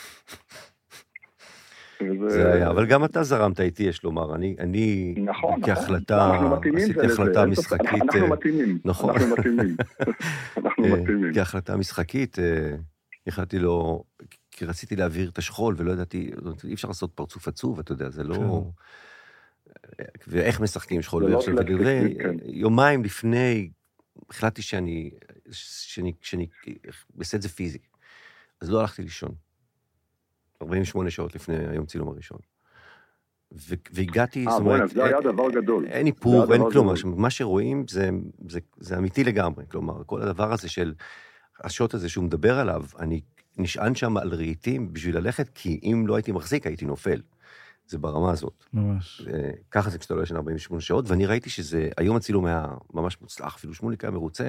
זה היה, אבל גם אתה זרמת איתי, יש לומר, אני כהחלטה, עשיתי החלטה משחקית. אנחנו מתאימים. נכון. אנחנו מתאימים. כהחלטה משחקית, החלטתי לו, כי רציתי להעביר את השכול, ולא ידעתי, אי אפשר לעשות פרצוף עצוב, אתה יודע, זה לא... ואיך משחקים שכול, יומיים לפני, החלטתי שאני אעשה את זה פיזי. אז לא הלכתי לישון. 48 שעות לפני היום צילום הראשון. והגעתי, זאת אומרת... זה היה דבר גדול. אין איפור, אין כלום. מה שרואים זה אמיתי לגמרי. כלומר, כל הדבר הזה של השוט הזה שהוא מדבר עליו, אני נשען שם על רהיטים בשביל ללכת, כי אם לא הייתי מחזיק, הייתי נופל. זה ברמה הזאת. ממש. ככה זה כשאתה לא ישן 48 שעות, ואני ראיתי שזה, היום הצילום היה ממש מוצלח, אפילו שמוליק היה מרוצה,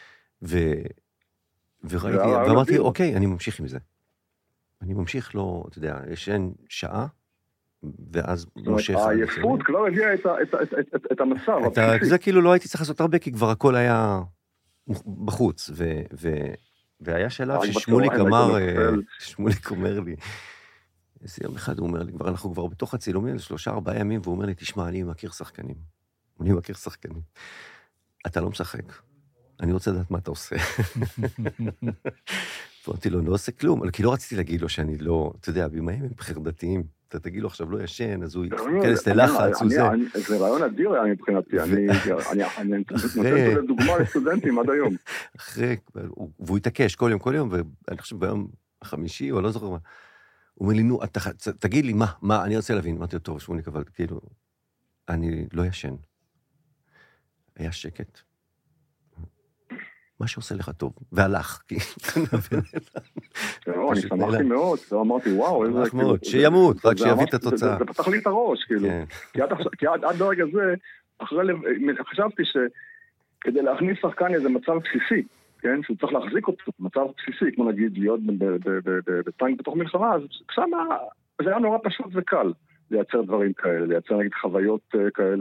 וראיתי, ואמרתי, אוקיי, אני ממשיך עם זה. אני ממשיך לו, אתה יודע, ישן שעה, ואז מושך... העייפות כבר הביאה את המצב. זה כאילו לא הייתי צריך לעשות הרבה, כי כבר הכל היה בחוץ, והיה שלב ששמוליק אמר, שמוליק אומר לי, איזה יום אחד הוא אומר לי, אנחנו כבר בתוך הצילומים, 3-4 ימים, והוא אומר לי, תשמע, אני מכיר שחקנים. אתה לא משחק. אני רוצה לדעת מה אתה עושה. ואמרתי לו, לא עושה כלום, כי לא רציתי להגיד לו שאני לא, אתה יודע, בימאים הם חרדתיים, אתה תגיד לו עכשיו לא ישן, אז הוא ייכנס ללחץ, הוא זה. זה רעיון אדיר היה מבחינתי, אני נותן לו לדוגמה לסטודנטים עד היום. והוא התעקש כל יום, ואני חושב ביום החמישי, או לא זוכר מה, הוא אומר לי, נו, תגיד לי, מה, אני רוצה להבין, אמרתי לו, טוב, שמוליק, אבל כאילו, אני לא ישן. היה שקט. מה שעושה לך טוב, והלך. אני שמחתי מאוד, ואמרתי, וואו, איזה... מאוד, שימות, רק שיביא את התוצאה. זה פתח לי את הראש, כאילו. כי עד דרגע זה, חשבתי שכדי להכניס שחקן איזה מצב בסיסי, כן, שהוא צריך להחזיק אותו, מצב בסיסי, כמו נגיד להיות בטנק בתוך מלחמה, אז שמה, זה היה נורא פשוט וקל לייצר דברים כאלה, לייצר נגיד חוויות כאלה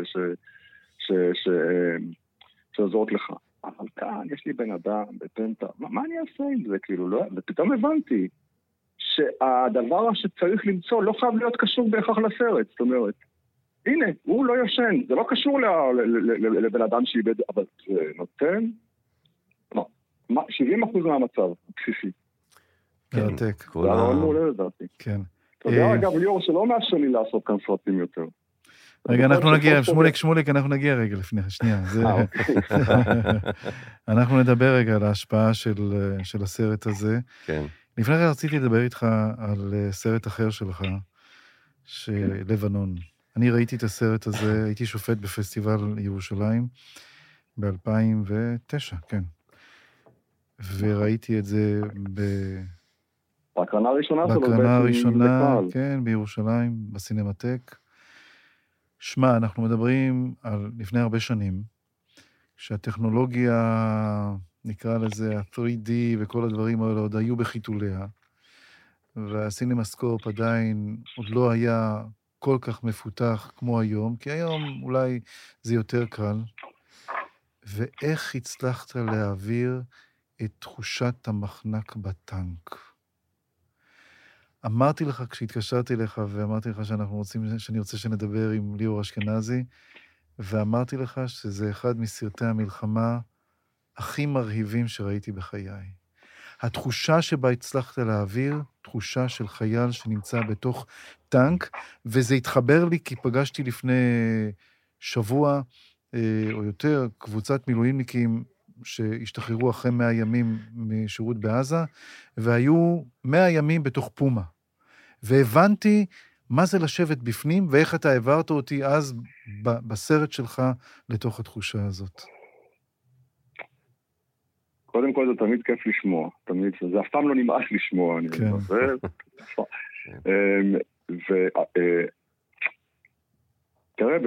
שעוזרות לך. אבל כאן יש לי בן אדם בפנטה, מה אני אעשה עם זה, כאילו, לא, ופתאום הבנתי שהדבר שצריך למצוא לא חייב להיות קשור בהכרח לסרט, זאת אומרת, הנה, הוא לא יושן, זה לא קשור לבן אדם שאיבד, אבל זה נותן, 70% מהמצב, בסיסי. מרתק. זה הרעיון מעולה לדעתי. כן. תודה אגב ליאור שלא מאפשר לי לעשות כאן סרטים יותר. רגע, אנחנו נגיע, שמוליק, אנחנו נגיע רגע לפני, שנייה. אנחנו נדבר רגע על ההשפעה של הסרט הזה. כן. לפני כן רציתי לדבר איתך על סרט אחר שלך, לבנון. אני ראיתי את הסרט הזה, הייתי שופט בפסטיבל ירושלים ב-2009, כן. וראיתי את זה בהקרנה הראשונה שלו. בהקרנה הראשונה, כן, בירושלים, בסינמטק. שמה, אנחנו מדברים על לפני הרבה שנים, שהטכנולוגיה, נקרא לזה, ה-3D וכל הדברים האלה עוד היו בחיתוליה, והסינמסקופ עדיין עוד לא היה כל כך מפותח כמו היום, כי היום אולי זה יותר קל. ואיך הצלחת להעביר את תחושת המחנק בטנק? אמרתי לך, כשהתקשרתי אליך, ואמרתי לך שאני רוצה שנדבר עם ליאור אשכנזי, ואמרתי לך שזה אחד מסרטי המלחמה הכי מרהיבים שראיתי בחיי. התחושה שבה הצלחת להעביר, תחושה של חייל שנמצא בתוך טנק, וזה התחבר לי כי פגשתי לפני שבוע או יותר, קבוצת מילואימניקים שהשתחררו אחרי 100 ימים משירות בעזה, והיו 100 ימים בתוך פומה. והבנתי מה זה לשבת בפנים, ואיך אתה העברת אותי אז בסרט שלך לתוך התחושה הזאת. קודם כל זה תמיד כיף לשמוע, תמיד, זה אף פעם לא נמאס לשמוע, אני כן. תראה,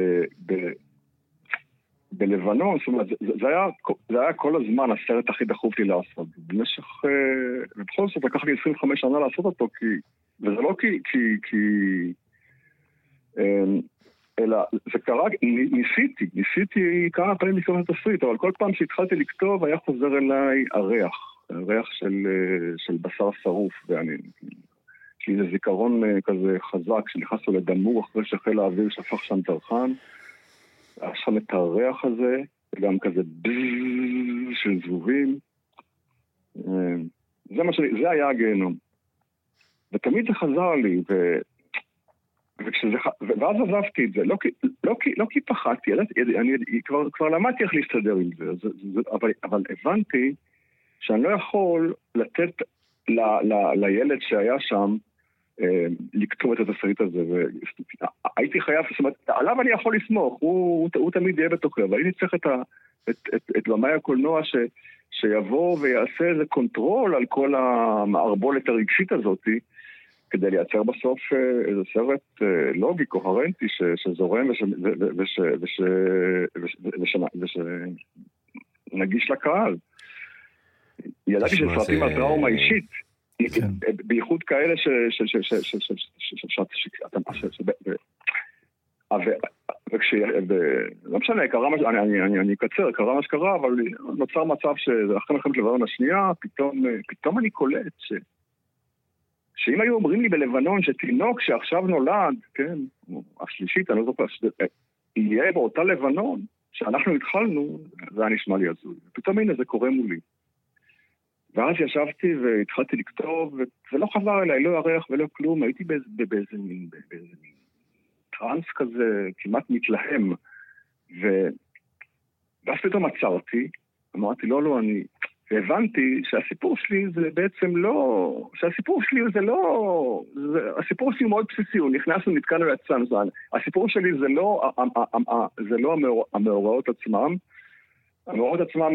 בלבנון, זאת אומרת, זה היה כל הזמן הסרט הכי דחוף לי לעשות. במשך, ובכל זאת לקח לי 25 שנה לעשות אותו, וזה לא אלא זה קרה, ניסיתי כמה פעמים לכתוב את הסרט, אבל כל פעם שהתחלתי לכתוב היה חוזר אליי הריח של בשר שרוף, יש לי איזה זיכרון כזה חזק, שנכנסו לדמור אחרי שחיל האוויר שפך שם טרחן, היה שם את הריח הזה, וגם כזה בזז של זבובים. זה היה הגיהנום. ותמיד זה חזר לי, ואז עזבתי את זה, לא כי פחדתי, אני כבר למדתי איך להסתדר עם זה, אבל הבנתי שאני לא יכול לתת לילד שהיה שם, לכתוב את התסריט הזה, והייתי חייב, זאת אומרת, עליו אני יכול לסמוך, הוא תמיד יהיה בתוכי, אבל אני צריך את במאי הקולנוע שיבוא ויעשה איזה קונטרול על כל המערבולת הרגשית הזאת, כדי לייצר בסוף איזה סרט לוגי, קוהרנטי, שזורם ושנגיש לקהל. ידעתי שסרטים על טראומה אישית, בייחוד כאלה לא משנה, קרה מה, אני אקצר, קרה מה שקרה, אבל נוצר מצב שאחרי מלחמת לבנון השנייה, פתאום אני קולט שאם היו אומרים לי בלבנון שתינוק שעכשיו נולד, כן, השלישית, אני לא זוכר, יהיה באותה לבנון, שאנחנו התחלנו, זה היה נשמע לי הזוי. פתאום הנה זה קורה מולי. ואז ישבתי והתחלתי לכתוב, ולא חזר אליי, לא ירח ולא כלום, הייתי באיזה מין טרנס כזה, כמעט מתלהם. ואז פתאום עצרתי, אמרתי, לא, והבנתי שהסיפור שלי זה בעצם לא, הסיפור שלי הוא מאוד בסיסי, הוא נכנס ונתקן ויצאנו, הסיפור שלי זה לא המאורעות עצמם, המאורעות עצמם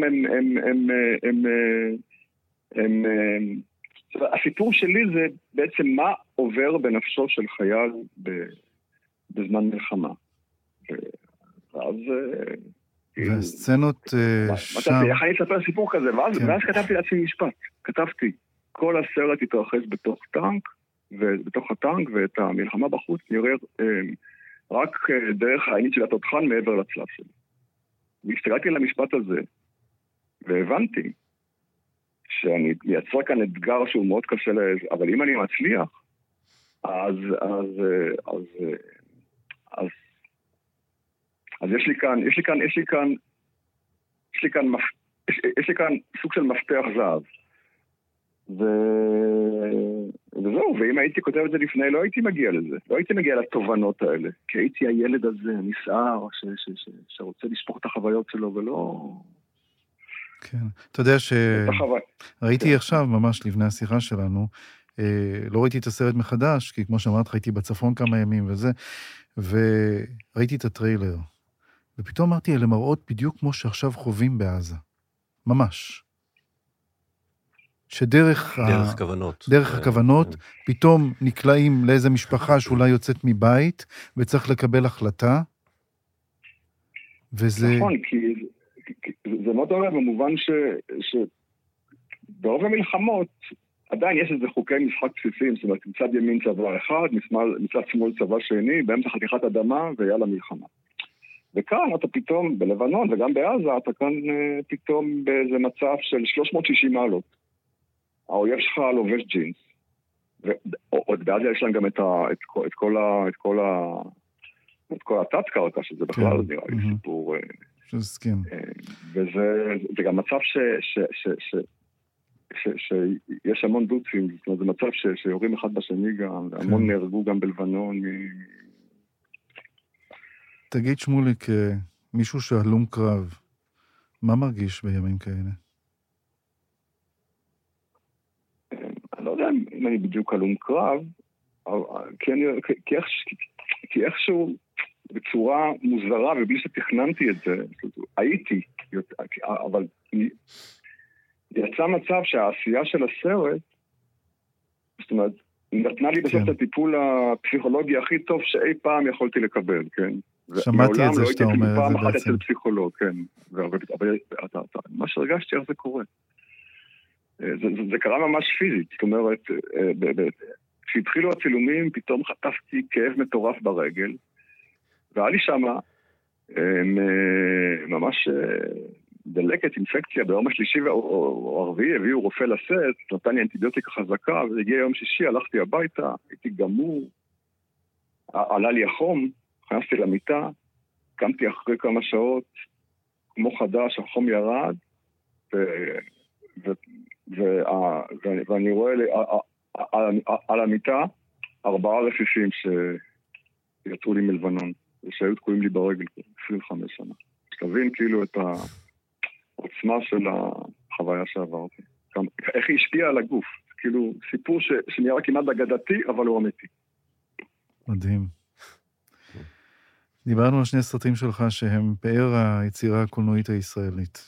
הסיפור שלי זה בעצם מה עובר בנפשו של חייל בזמן מלחמה. ואז והסצנות שם... איך אני אספר סיפור כזה, ואז כתבתי לעצמי משפט. כתבתי, כל הסרט התרחש בתוך טנק, ובתוך הטנק, ואת המלחמה בחוץ נראה רק דרך העינית של התותחן מעבר לצלב שלי. והסתכלתי למשפט הזה, והבנתי שאני מייצר כאן אתגר שהוא מאוד קשה אבל אם אני מצליח, אז יש לי כאן סוג של מפתח זהב. וזהו, ואם הייתי כותב את זה לפני, לא הייתי מגיע לזה. לא הייתי מגיע לתובנות האלה. כי הייתי הילד הזה, נסער, שרוצה לשפוך את החוויות שלו, ולא... כן. אתה יודע שראיתי עכשיו, ממש לפני השיחה שלנו, לא ראיתי את הסרט מחדש, כי כמו שאמרת, הייתי בצפון כמה ימים וזה, וראיתי את הטריילר. ופתאום אמרתי, אלה מראות בדיוק כמו שעכשיו חווים בעזה. ממש. שדרך הכוונות, פתאום נקלעים לאיזו משפחה שאולי יוצאת מבית, וצריך לקבל החלטה, וזה... נכון, כי זה מאוד עולה במובן ברוב המלחמות, עדיין יש איזה חוקי משחק בסיסיים, זאת אומרת, מצד ימין צבא אחד, מצד שמאל צבא שני, באמצע חתיכת אדמה, ויאללה מלחמה. וכאן אתה פתאום, בלבנון וגם בעזה, אתה כאן פתאום באיזה מצב של 360 מעלות. האויב שלך לובש ג'ינס. ועוד בעזה יש להם גם את כל התת-קרקע, שזה בכלל נראה לי סיפור... וזה גם מצב שיש המון דוצים, זאת אומרת, זה מצב שיורים אחד בשני גם, המון נהרגו גם בלבנון. תגיד שמוליק, מישהו שהלום קרב, מה מרגיש בימים כאלה? אני לא יודע אם אני בדיוק הלום קרב, כי איכשהו בצורה מוזרה ובלי שתכננתי את זה, הייתי, אבל יצא מצב שהעשייה של הסרט, זאת אומרת, נתנה לי בסוף את הטיפול הפסיכולוגי הכי טוב שאי פעם יכולתי לקבל, כן? שמעתי את זה שאתה אומר את זה פעם אחת אצל פסיכולוג, כן. אבל מה שהרגשתי איך זה קורה. זה קרה ממש פיזית, זאת אומרת, כשהתחילו הצילומים, פתאום חטפתי כאב מטורף ברגל, והיה לי שמה ממש דלקת, אינפקציה, ביום השלישי או הרביעי, הביאו רופא לסט, נתן לי אנטיביוטיקה חזקה, וזה הגיע יום שישי, הלכתי הביתה, הייתי גמור, עלה לי החום, נכנסתי למיטה, קמתי אחרי כמה שעות, כמו חדש, החום ירד, ואני רואה על המיטה 4 רסיסים שיצאו לי מלבנון, ושהיו תקועים לי ברגל 25 שנה. שתבין כאילו את העוצמה של החוויה שעברתי. איך היא השפיעה על הגוף. כאילו סיפור שנראה כמעט אגדתי, אבל הוא אמיתי. מדהים. דיברנו על 2 סרטים שלך שהם פאר היצירה הקולנועית הישראלית.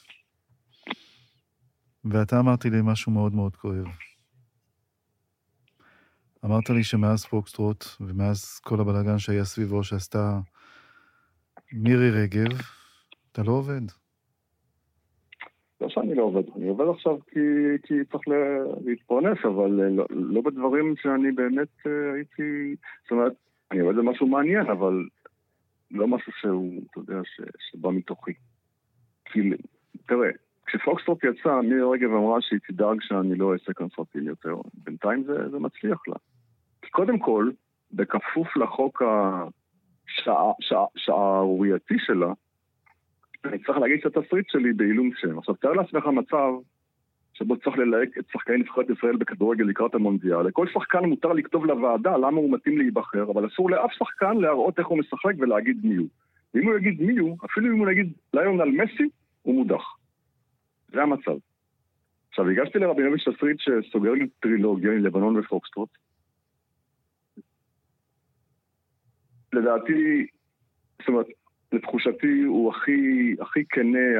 ואתה אמרתי לי משהו מאוד מאוד כואב. אמרת לי שמאז פוקסטרוט, ומאז כל הבלגן שהיה סביבו שעשתה מירי רגב, אתה לא עובד. לא שאני לא עובד, אני עובד עכשיו כי צריך להתפרנס, אבל לא בדברים שאני באמת הייתי... זאת אומרת, אני עובד במשהו מעניין, אבל לא משהו שהוא, אתה יודע, שבא מתוכי. כי, תראה, כשפוקסטרוט יצא, מירי רגב אמרה שהיא תדאג שאני לא אעשה כאן סרטים יותר. בינתיים זה מצליח לה. כי קודם כל, בכפוף לחוק השערורייתי שלה, אני צריך להגיד שהתסריט שלי בעילום שם. עכשיו, תאר לעצמך מצב שבו צריך ללהק את שחקני נבחרת ישראל בכדורגל לקראת המונדיאל. לכל שחקן מותר לכתוב לוועדה למה הוא מתאים להיבחר, אבל אסור לאף שחקן להראות איך הוא משחק ולהגיד מי הוא. ואם הוא יגיד מי הוא, אפילו אם הוא יגיד ליונל מסי, הוא מודח. זה המצב. עכשיו, הגשתי לרבינוביץ' תסריט שסוגר לי טרילוגיה עם לבנון ופוקסטרוט. לדעתי, זאת אומרת, לתחושתי הוא הכי כנה,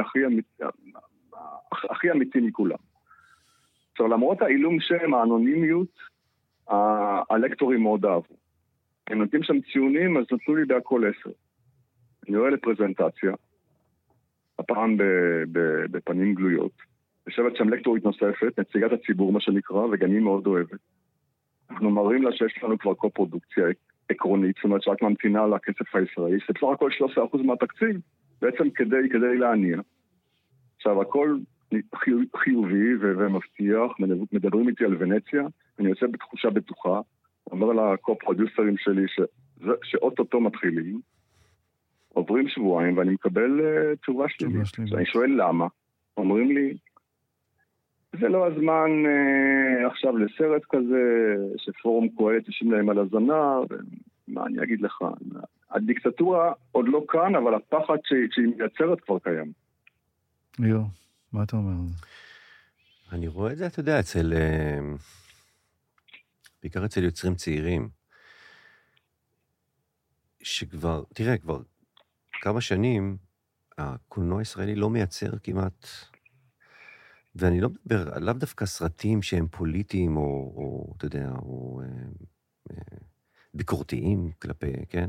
הכי אמיתי מכולם. עכשיו, למרות העילום שם, האנונימיות, הלקטורים מאוד אהבו. הם נותנים שם ציונים, אז נתנו לי בהכל 10. אני רואה לפרזנטציה, הפעם בפנים גלויות. יושבת שם לקטורית נוספת, נציגת הציבור, מה שנקרא, וגם היא מאוד אוהבת. אנחנו מראים לה שיש לנו כבר קופרודוקציה עקרונית, זאת אומרת שרק ממתינה לכסף הישראלי, זה בסך הכל 13% מהתקציב, בעצם כדי להניע. עכשיו, הכל חיובי ומבטיח, מדברים איתי על ונציה, אני יוצא בתחושה בטוחה, אומר לקופרודוסרים שלי שאוטוטו מתחילים, עוברים שבועיים ואני מקבל תשובה שלי. אני שואל למה. אומרים לי, זה לא הזמן עכשיו לסרט כזה, שפורום קהלת יושבים להם על הזנב, מה אני אגיד לך? הדיקטטורה עוד לא כאן, אבל הפחד שהיא מייצרת כבר קיים. ליאור, מה אתה אומר? אני רואה את זה, אתה יודע, בעיקר אצל יוצרים צעירים, שכבר, תראה, כבר כמה שנים, הקולנוע הישראלי לא מייצר כמעט, ואני לא מדבר, לאו דווקא סרטים שהם פוליטיים, או אתה יודע, או ביקורתיים כלפי, כן?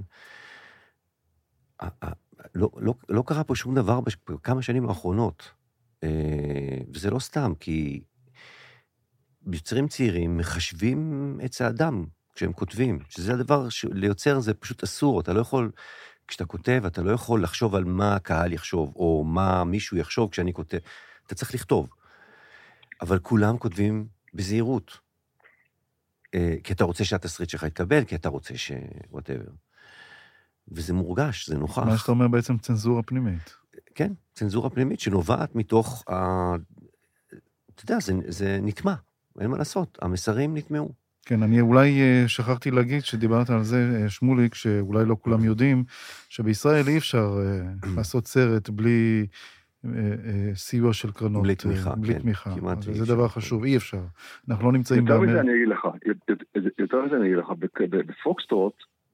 לא קרה פה שום דבר בכמה שנים האחרונות, וזה לא סתם, כי יוצרים צעירים מחשבים את האדם כשהם כותבים, שזה הדבר ליוצר זה פשוט אסור, אתה לא יכול, כשאתה כותב, אתה לא יכול לחשוב על מה הקהל יחשוב, או מה מישהו יחשוב כשאני כותב, אתה צריך לכתוב. אבל כולם כותבים בזהירות. כי אתה רוצה שהתסריט שלך יתקבל, כי אתה רוצה whatever. וזה מורגש, זה נוכח. מה שאתה אומר בעצם צנזורה פנימית. כן, צנזורה פנימית שנובעת מתוך, אתה יודע, זה נטמע, אין מה לעשות, המסרים נטמעו. כן, אני אולי שכחתי להגיד שדיברת על זה, שמוליק, שאולי לא כולם יודעים, שבישראל אי אפשר לעשות סרט בלי סיוע של קרנות. בלי תמיכה, בלי כן. תמיכה. כמעט זה דבר חשוב, אי אפשר. אנחנו לא נמצאים יותר מזה אני אגיד לך, בפוקסטרוט,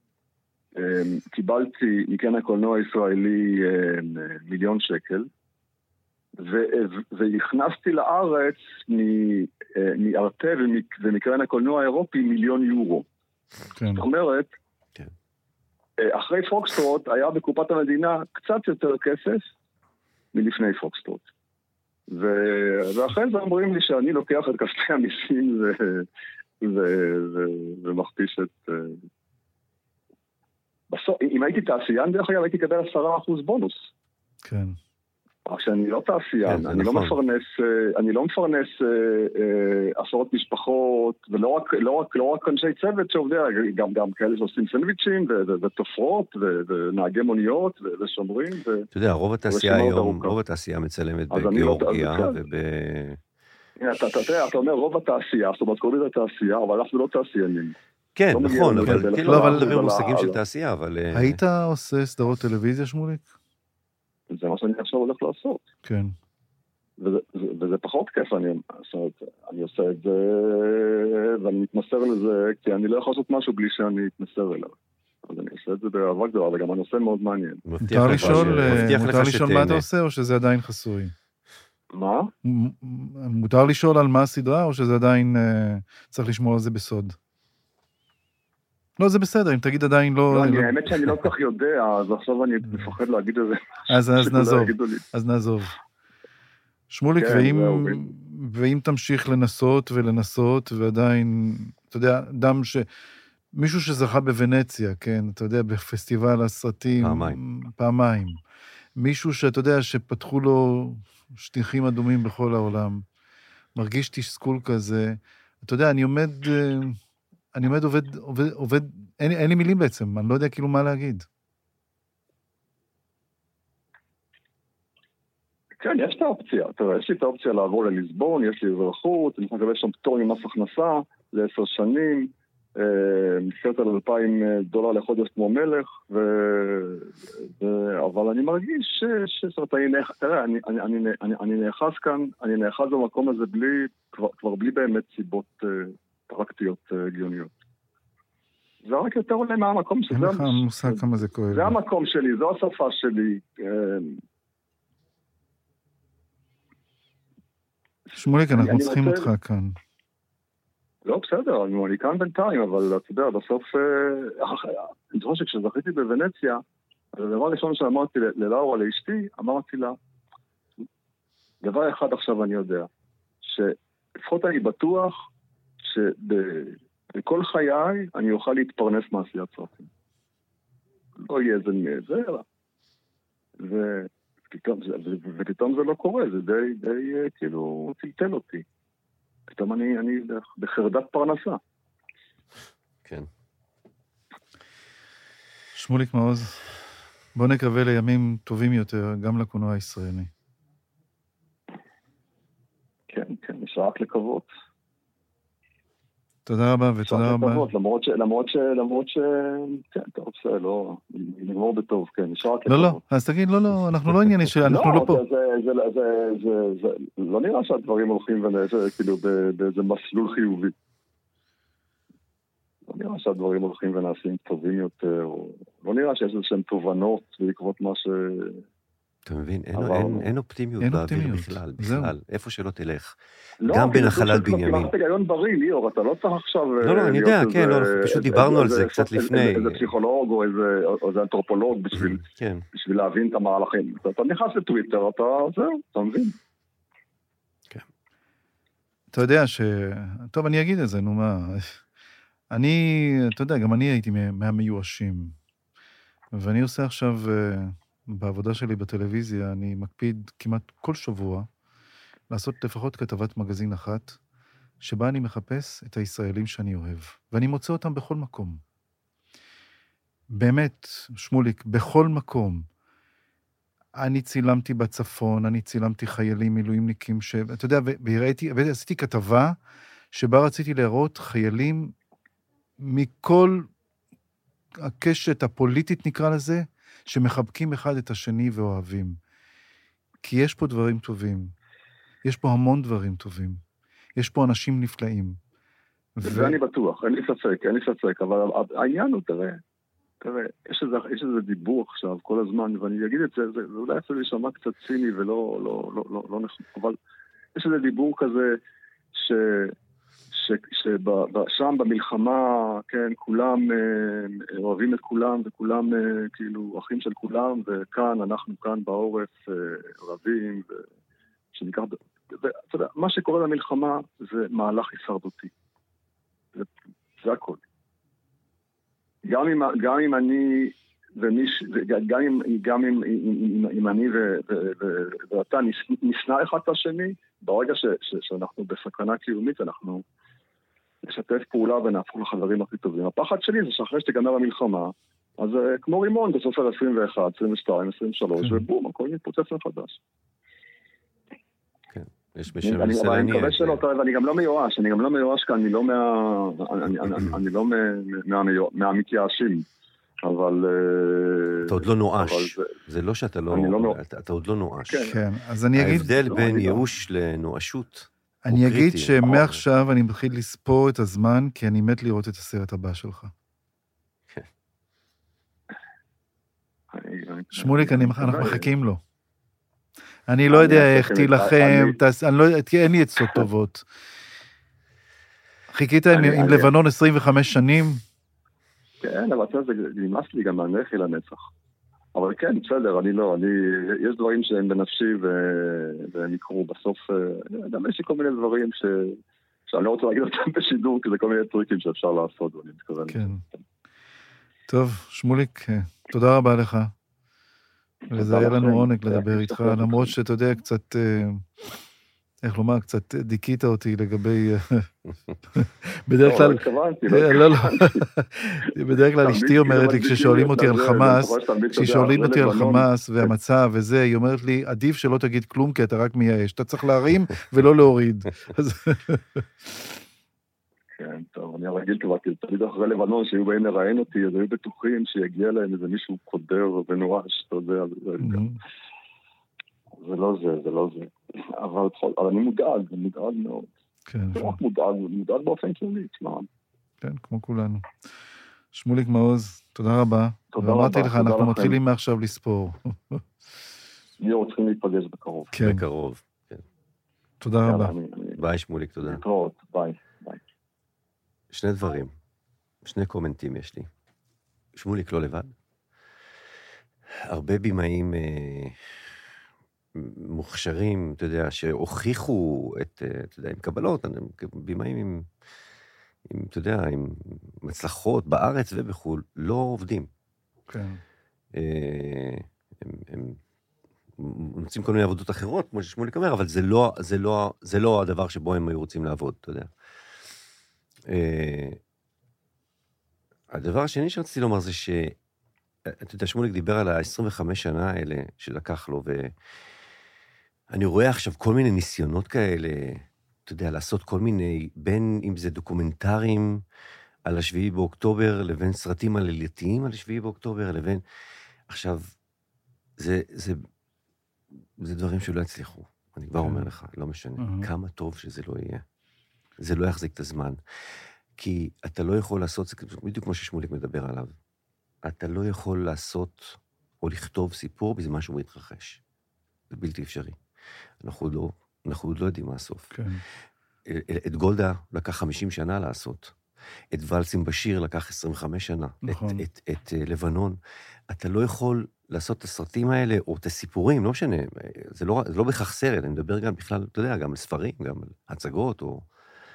קיבלתי מקרן הקולנוע הישראלי 1,000,000 שקל, והכנסתי לארץ מארטה ומקרן הקולנוע האירופי 1,000,000 יורו. זאת אומרת, אחרי פוקסטרוט היה בקופת המדינה קצת יותר כסף מלפני פוקסטרוט. ואחרי זה אומרים לי שאני לוקח את כספי המיסים ומכפיש את... בסוף, אם הייתי תעשיין, דרך אגב, הייתי קבל 10% בונוס. כן. רק שאני לא תעשיין, אני לא מפרנס עשרות משפחות, ולא רק אנשי צוות שעובדים, גם כאלה שעושים סנדוויצ'ים, ותופרות, ונהגי מוניות, ושומרים. אתה יודע, רוב התעשייה היום, רוב התעשייה מצלמת בגיאורגיה, אתה אומר רוב התעשייה, זאת אומרת, קוראים את התעשייה, אבל אנחנו לא תעשיינים. כן, נכון, אבל לא מדבר מושגים של תעשייה, אבל... היית עושה סדרות טלוויזיה, שמוליק? זה מה שאני עכשיו הולך לעשות. כן. וזה פחות כיף, אני עושה את זה, ואני מתמסר לזה, כי אני לא יכול לעשות משהו בלי שאני אתמסר אליו. אז אני עושה את זה באהבה גדולה, וגם הנושא מאוד מעניין. מותר לשאול מה אתה עושה, או שזה עדיין חסוי? מה? מותר לשאול על מה הסדרה, או שזה עדיין צריך לשמור על זה בסוד? לא, זה בסדר, אם תגיד עדיין לא... האמת שאני לא כך יודע, אז עכשיו אני מפחד להגיד את זה. אז נעזוב. שמוליק, ואם תמשיך לנסות ולנסות, ועדיין, אתה יודע, אדם מישהו שזכה בוונציה, כן, אתה יודע, בפסטיבל הסרטים. פעמיים. מישהו שאתה יודע שפתחו לו שטיחים אדומים בכל העולם. מרגיש תסכול כזה. אתה יודע, אני עומד עובד, אין לי מילים בעצם, אני לא יודע כאילו מה להגיד. כן, יש את האופציה. תראה, יש לי את האופציה לעבור לליסבון, יש לי אזרחות, אני מקבל שם פטור ממס הכנסה ל10 שנים, $10,000 לחודש כמו מלך, אבל אני מרגיש תראה, אני נאחז כאן, אני נאחז במקום הזה כבר בלי באמת סיבות פרקטיות הגיוניות. זה רק יותר עולה מהמקום שזה... אין לך מושג כמה זה כואב. זה המקום שלי, זו השפה שלי. שמוליק, אנחנו צריכים אותך כאן. לא, בסדר, אני כאן בינתיים, אבל אתה יודע, בסוף, אני זוכר שכשזכיתי בוונציה, הדבר הראשון שאמרתי ללאורה, לאשתי, אמרתי לה, דבר אחד עכשיו אני יודע, שלפחות אני בטוח שבכל חיי אני אוכל להתפרנס מעשיית סרטים. לא יהיה זה, ופתאום זה לא קורה, זה די כאילו טלטל אותי. פתאום אני בחרדת פרנסה. כן. שמוליק מעוז, בוא נקווה לימים טובים יותר, גם לקולנוע הישראלי. כן, יש רק לקוות. תודה רבה ותודה רבה. למרות ש... כן, אתה רוצה, לא... נגמור בטוב, כן, יש רק לקוות. לא, אז תגיד, לא, אנחנו לא ענייני אנחנו לא פה. זה לא נראה שהדברים הולכים כאילו באיזה מסלול חיובי. לא נראה שהדברים הולכים ונעשים טובים יותר, לא נראה שיש איזשהם תובנות בעקבות מה ש... אתה מבין, אין אופטימיות באוויר בכלל, איפה שלא תלך. גם בנחלת בנימין. זה היגיון בריא, ליאור, אתה לא צריך עכשיו... לא, אני יודע, כן, פשוט דיברנו על זה קצת לפני. איזה פסיכולוג או איזה אנתרופולוג בשביל להבין את המהלכים. אתה נכנס לטוויטר, אתה מבין. כן. אתה יודע טוב, אני אגיד את זה, נו מה... אתה יודע, גם אני הייתי מהמיואשים. ואני עושה עכשיו... בעבודה שלי בטלוויזיה, אני מקפיד כמעט כל שבוע לעשות לפחות כתבת מגזין אחת, שבה אני מחפש את הישראלים שאני אוהב, ואני מוצא אותם בכל מקום. באמת, שמוליק, בכל מקום. אני צילמתי בצפון, אני צילמתי חיילים מילואימניקים, אתה יודע, ועשיתי כתבה שבה רציתי להראות חיילים מכל הקשת הפוליטית נקרא לזה, שמחבקים אחד את השני ואוהבים. כי יש פה דברים טובים. יש פה המון דברים טובים. יש פה אנשים נפלאים. זה אני בטוח, אין לי ספק, אבל העניין הוא, תראה, יש איזה דיבור עכשיו כל הזמן, ואני אגיד את זה, זה אולי אפילו להישמע קצת ציני ולא נכון, אבל יש איזה דיבור כזה ששם במלחמה, כן, כולם אוהבים את כולם, וכולם כאילו אחים של כולם, וכאן, אנחנו כאן בעורף רבים, ושניקח, אתה יודע, מה שקורה במלחמה זה מהלך הישרדותי. זה הכל. גם אם אני גם אם אני ואתה נשנא אחד את השני, ברגע שאנחנו בסכנה קיומית, אנחנו נשתף פעולה ונהפוך לחברים הכי טובים. הפחד שלי זה שאחרי שתגמר המלחמה, אז כמו רימון בסוף 21, 22, 23, ובום, הכל מתפוצץ מחדש. כן, יש בשם מסלני. אני מקווה שלא, ואני גם לא מיואש, כי אני לא מהמתייאשים. אבל... אתה עוד לא נואש. זה לא שאתה לא... אתה עוד לא נואש. כן, אז אני אגיד... ההבדל בין ייאוש לנואשות אני אגיד שמעכשיו אני מתחיל לספור את הזמן, כי אני מת לראות את הסרט הבא שלך. כן. שמוליק, אנחנו מחכים לו. אני לא יודע איך תילחם, אין לי עצות טובות. חיכית עם לבנון 25 שנים? כן, אבל זה נמאס לי גם מהנכי לנצח. אבל כן, בסדר, יש דברים שהם בנפשי והם יקרו בסוף, גם יש לי כל מיני דברים שאני לא רוצה להגיד אותם בשידור, כי זה כל מיני טריקים שאפשר לעשות, ואני מתכוון. כן. טוב, שמוליק, תודה רבה לך. וזה היה לנו עונג לדבר איתך, למרות שאתה יודע, קצת, איך לומר, קצת דיכית אותי לגבי... בדרך כלל... לא, בדרך כלל אשתי אומרת לי, כששואלים אותי על חמאס, כששואלים אותי על חמאס והמצב וזה, היא אומרת לי, עדיף שלא תגיד כלום, כי אתה רק מייאש, אתה צריך להרים ולא להוריד. כן, טוב, אני הרגיל כבר, כי תמיד אחרי לבנון, שהיו באים לראיין אותי, אז היו בטוחים שיגיע להם איזה מישהו קודר ונורש, אתה יודע, זה לא זה. אבל אני מודאג מאוד. כן. מודאג באופן כללי, תשמע. כן, כמו כולנו. שמוליק מעוז, תודה רבה. ואמרתי לך, אנחנו מתחילים מעכשיו לספור. יו, צריכים להיפגש בקרוב. כן. בקרוב. תודה רבה. ביי, שמוליק, תודה. להתראות, ביי. שני דברים, שני קומנטים יש לי. שמוליק לא לבד. הרבה בימאים מוכשרים, אתה יודע, שהוכיחו את, אתה יודע, עם קבלות, בימאים עם, אתה יודע, עם מצלחות בארץ ובחול, לא עובדים. כן. הם מוצאים כל מיני עבודות אחרות, כמו ששמוליק אומר, אבל זה לא הדבר שבו הם היו רוצים לעבוד, אתה יודע. הדבר השני שרציתי לומר זה אתה יודע, שמוליק דיבר על ה-25 שנה האלה שלקח לו, ואני רואה עכשיו כל מיני ניסיונות כאלה, אתה יודע, לעשות כל מיני, בין אם זה דוקומנטרים על השביעי באוקטובר, לבין סרטים עלילתיים על השביעי באוקטובר, לבין... עכשיו, זה דברים שלא הצליחו. אני כבר אומר לך, לא משנה. כמה טוב שזה לא יהיה. זה לא יחזיק את הזמן. כי אתה לא יכול לעשות, זה בדיוק כמו ששמוליק מדבר עליו. אתה לא יכול לעשות או לכתוב סיפור בזמן שהוא מתרחש. זה בלתי אפשרי. אנחנו עוד לא יודעים מה הסוף. כן. את גולדה לקח 50 שנה לעשות. את ולסים בשיר לקח 25 שנה. נכון. את לבנון. אתה לא יכול לעשות את הסרטים האלה, או את הסיפורים, לא משנה. זה לא בכך סרט, אני מדבר גם בכלל, אתה יודע, גם על ספרים, גם על הצגות, או...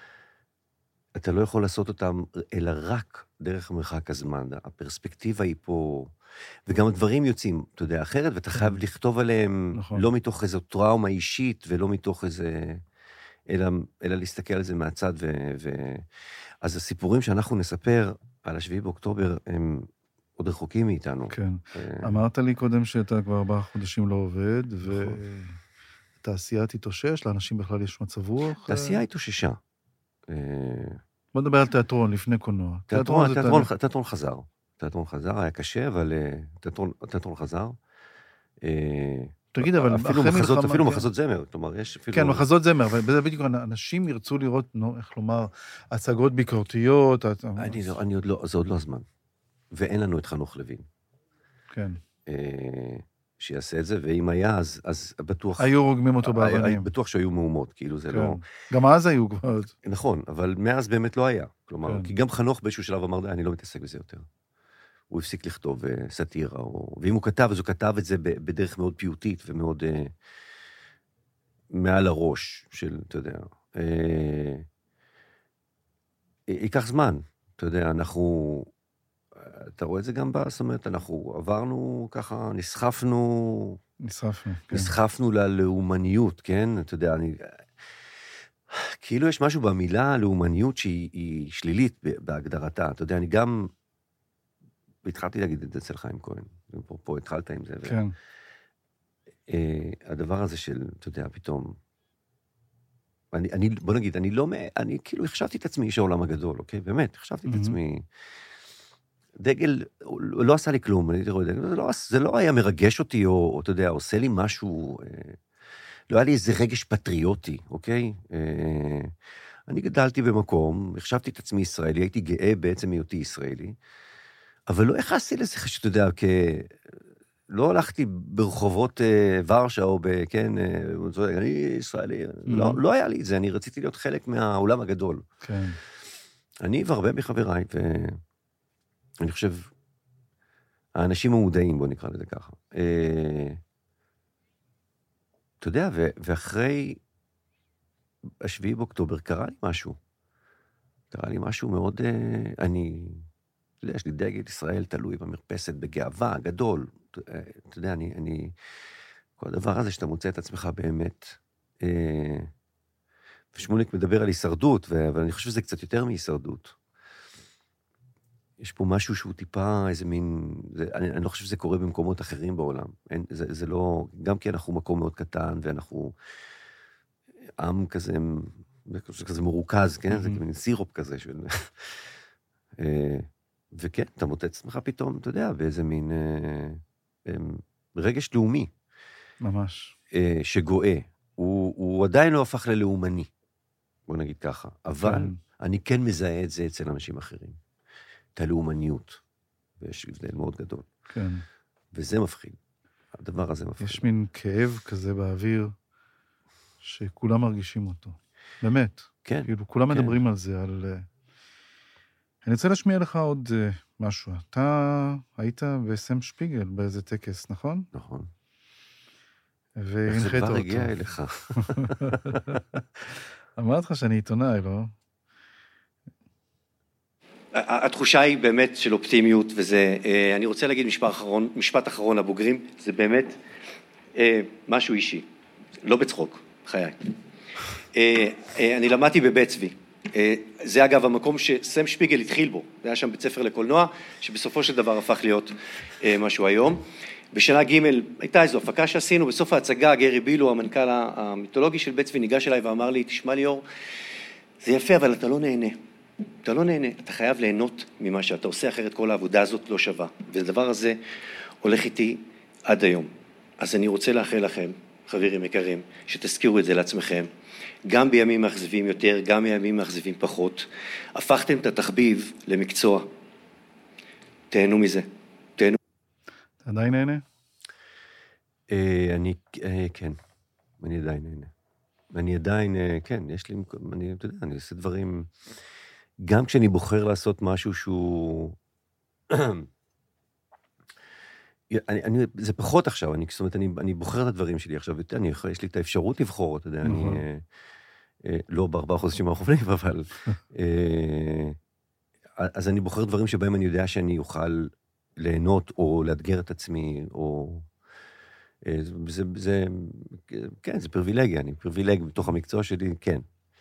אתה לא יכול לעשות אותם, אלא רק דרך מרחק הזמן. הפרספקטיבה היא פה, וגם הדברים יוצאים, אתה יודע, אחרת, ואתה חייב לכתוב עליהם, נכון. לא מתוך איזו טראומה אישית, ולא מתוך איזה, אלא להסתכל על זה מהצד, אז הסיפורים שאנחנו נספר על השביעי באוקטובר, הם עוד רחוקים מאיתנו. כן. אמרת לי קודם שאתה כבר 4 חודשים לא עובד, ותעשייה תתאושש, לאנשים בכלל יש מצב רוח. תעשייה התאוששה. בוא נדבר על תיאטרון, לפני קולנוע. תיאטרון חזר. תיאטרון חזר, היה קשה, אבל תיאטרון חזר. תגיד, אבל אפילו מחזות זמר, כלומר, יש אפילו... כן, מחזות זמר, אבל בזה בדיוק אנשים ירצו לראות, איך לומר, הצגות ביקורתיות. זה עוד לא הזמן. ואין לנו את חנוך לוין. כן. שיעשה את זה, ואם היה, אז בטוח... היו רוגמים אותו באבנים. בטוח שהיו מהומות, כאילו זה לא... גם אז היו כבר... נכון, אבל מאז באמת לא היה. כלומר, כי גם חנוך באיזשהו שלב אמר, אני לא מתעסק בזה יותר. הוא הפסיק לכתוב סאטירה, ואם הוא כתב, אז הוא כתב את זה בדרך מאוד פיוטית, ומאוד מעל הראש של, אתה יודע... ייקח זמן, אתה יודע, אתה רואה את זה גם זאת אומרת, אנחנו עברנו ככה, נסחפנו ללאומניות, כן? אתה יודע, כאילו יש משהו במילה לאומניות שהיא שלילית בהגדרתה. אתה יודע, אני גם התחלתי להגיד את זה אצל חיים כהן. פה התחלת עם זה. כן. הדבר הזה של, אתה יודע, פתאום... בוא נגיד, אני כאילו החשבתי את עצמי איש העולם הגדול, אוקיי? באמת, החשבתי את עצמי... דגל, לא עשה לי כלום, זה לא היה מרגש אותי, או אתה יודע, עושה לי משהו, לא היה לי איזה רגש פטריוטי, אוקיי? אני גדלתי במקום, החשבתי את עצמי ישראלי, הייתי גאה בעצם היותי ישראלי, אבל לא יחסתי לזה, שאתה יודע, לא הלכתי ברחובות ורשה, או כן, אני ישראלי, לא היה לי את זה, אני רציתי להיות חלק מהעולם הגדול. כן. אני והרבה מחבריי, אני חושב, האנשים המודעים, בוא נקרא לזה ככה. אתה יודע, ואחרי השביעי באוקטובר קרה לי משהו. קרה לי משהו מאוד, אני, אתה יודע, יש לי דגל ישראל תלוי במרפסת בגאווה, גדול, אתה יודע, כל הדבר הזה שאתה מוצא את עצמך באמת, ושמוליק מדבר על הישרדות, אבל אני חושב שזה קצת יותר מהישרדות. יש פה משהו שהוא טיפה איזה מין, אני לא חושב שזה קורה במקומות אחרים בעולם. זה לא, גם כי אנחנו מקום מאוד קטן, ואנחנו עם כזה מרוכז, כן? זה כמין סירופ כזה. וכן, אתה מוצא את עצמך פתאום, אתה יודע, באיזה מין רגש לאומי. ממש. שגואה. הוא עדיין לא הפך ללאומני, בוא נגיד ככה. אבל אני כן מזהה את זה אצל אנשים אחרים. את הלאומניות. ויש הבדל מאוד גדול. כן. וזה מפחיד. הדבר הזה מפחיד. יש מין כאב כזה באוויר, שכולם מרגישים אותו. באמת. כן. כאילו, כולם כן. מדברים על זה, על... אני רוצה להשמיע לך עוד משהו. אתה היית בסם שפיגל באיזה טקס, נכון? נכון. והנחית אותו. איך זה כבר הגיע אליך? אמרת לך שאני עיתונאי, לא? התחושה היא באמת של אופטימיות, וזה, אני רוצה להגיד משפט אחרון לבוגרים, זה באמת משהו אישי, לא בצחוק, חיי. אני למדתי בבית צבי, זה אגב המקום שסם שפיגל התחיל בו, זה היה שם בית ספר לקולנוע, שבסופו של דבר הפך להיות משהו היום. בשנה ג' הייתה איזו הפקה שעשינו, בסוף ההצגה גרי בילו, המנכ"ל המיתולוגי של בית צבי, ניגש אליי ואמר לי, תשמע ליאור, זה יפה אבל אתה לא נהנה. אתה לא נהנה, אתה חייב ליהנות ממה שאתה עושה, אחרת כל העבודה הזאת לא שווה. והדבר הזה הולך איתי עד היום. אז אני רוצה לאחל לכם, חברים יקרים, שתזכירו את זה לעצמכם, גם בימים מאכזבים יותר, גם בימים מאכזבים פחות, הפכתם את התחביב למקצוע. תהנו מזה. תהנו. אתה עדיין נהנה? כן, אני עדיין נהנה. אני עדיין, כן, יש לי, אתה יודע, אני עושה דברים... גם כשאני בוחר לעשות משהו שהוא... זה פחות עכשיו, זאת אומרת, אני בוחר את הדברים שלי עכשיו, יש לי את האפשרות לבחור, אתה יודע, אני... לא ב4 חודשים האחרונים, אבל... אז אני בוחר דברים שבהם אני יודע שאני אוכל ליהנות, או לאתגר את עצמי, או... כן, זה פריבילגיה, אני פריבילג בתוך המקצוע שלי, כן.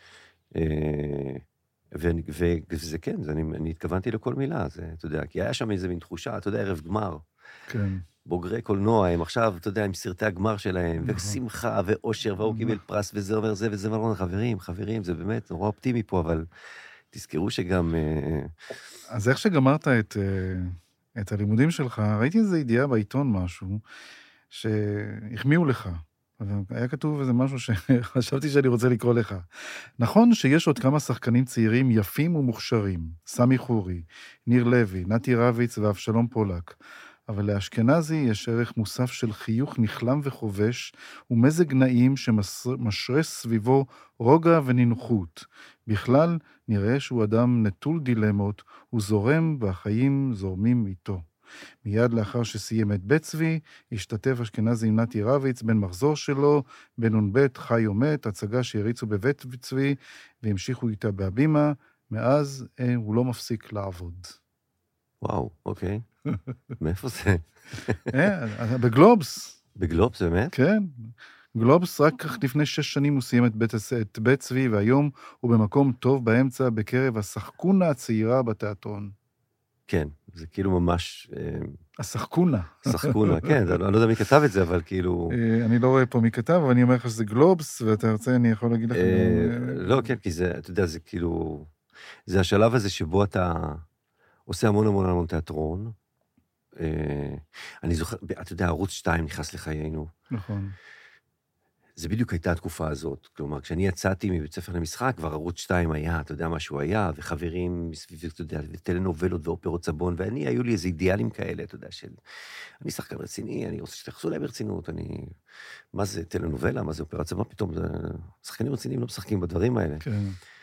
וזה כן, אני התכוונתי לכל מילה, זה, אתה יודע, כי היה שם איזה מין תחושה, אתה יודע, ערב גמר. כן. בוגרי קולנוע, הם עכשיו, אתה יודע, עם סרטי הגמר שלהם, ושמחה ואושר, והוא קיבל פרס, וזה אומר זה, וזה אומר, חברים, זה באמת נורא אופטימי פה, אבל תזכרו שגם... אז איך שגמרת את הלימודים שלך, ראיתי איזו ידיעה בעיתון משהו, שהחמיאו לך. היה כתוב איזה משהו שחשבתי שאני רוצה לקרוא לך. נכון שיש עוד כמה שחקנים צעירים יפים ומוכשרים, סמי חורי, ניר לוי, נתי רביץ ואבשלום פולק, אבל לאשכנזי יש ערך מוסף של חיוך נחלם וחובש, ומזג נעים שמשרש סביבו רוגע ונינוחות. בכלל נראה שהוא אדם נטול דילמות, הוא זורם והחיים זורמים איתו. מיד לאחר שסיים את בית צבי, השתתף אשכנזי עם נתי רביץ בן מחזור שלו, בנ"ב חי ומת, הצגה שהריצו בבית צבי, והמשיכו איתה בהבימה, מאז הוא לא מפסיק לעבוד. וואו, אוקיי. מאיפה זה? בגלובס. בגלובס, באמת? כן. גלובס רק לפני 6 שנים הוא סיים את בית צבי, והיום הוא במקום טוב באמצע בקרב השחקונה הצעירה בתיאטרון. כן, זה כאילו ממש... השחקונה. שחקונה, כן, אני לא יודע מי כתב את זה, אבל כאילו... אני לא רואה פה מי כתב, אבל אני אומר לך שזה גלובס, ואתה רוצה, אני יכול להגיד לך... לא, כן, כי זה, אתה יודע, זה כאילו... זה השלב הזה שבו אתה עושה המון תיאטרון. אני זוכר, אתה יודע, ערוץ 2 נכנס לחיינו. נכון. זה בדיוק הייתה התקופה הזאת. כלומר, כשאני יצאתי מבית ספר למשחק, כבר ערוץ 2 היה, אתה יודע מה שהוא היה, וחברים מסביב, אתה יודע, וטלנובלות ואופרות סבון, ואני, היו לי איזה אידיאלים כאלה, אתה יודע, של... אני שחקן רציני, אני רוצה שתחסו להם ברצינות, מה זה טלנובלה, מה זה אופרת סבון, פתאום, שחקנים רציניים לא משחקים בדברים האלה. כן.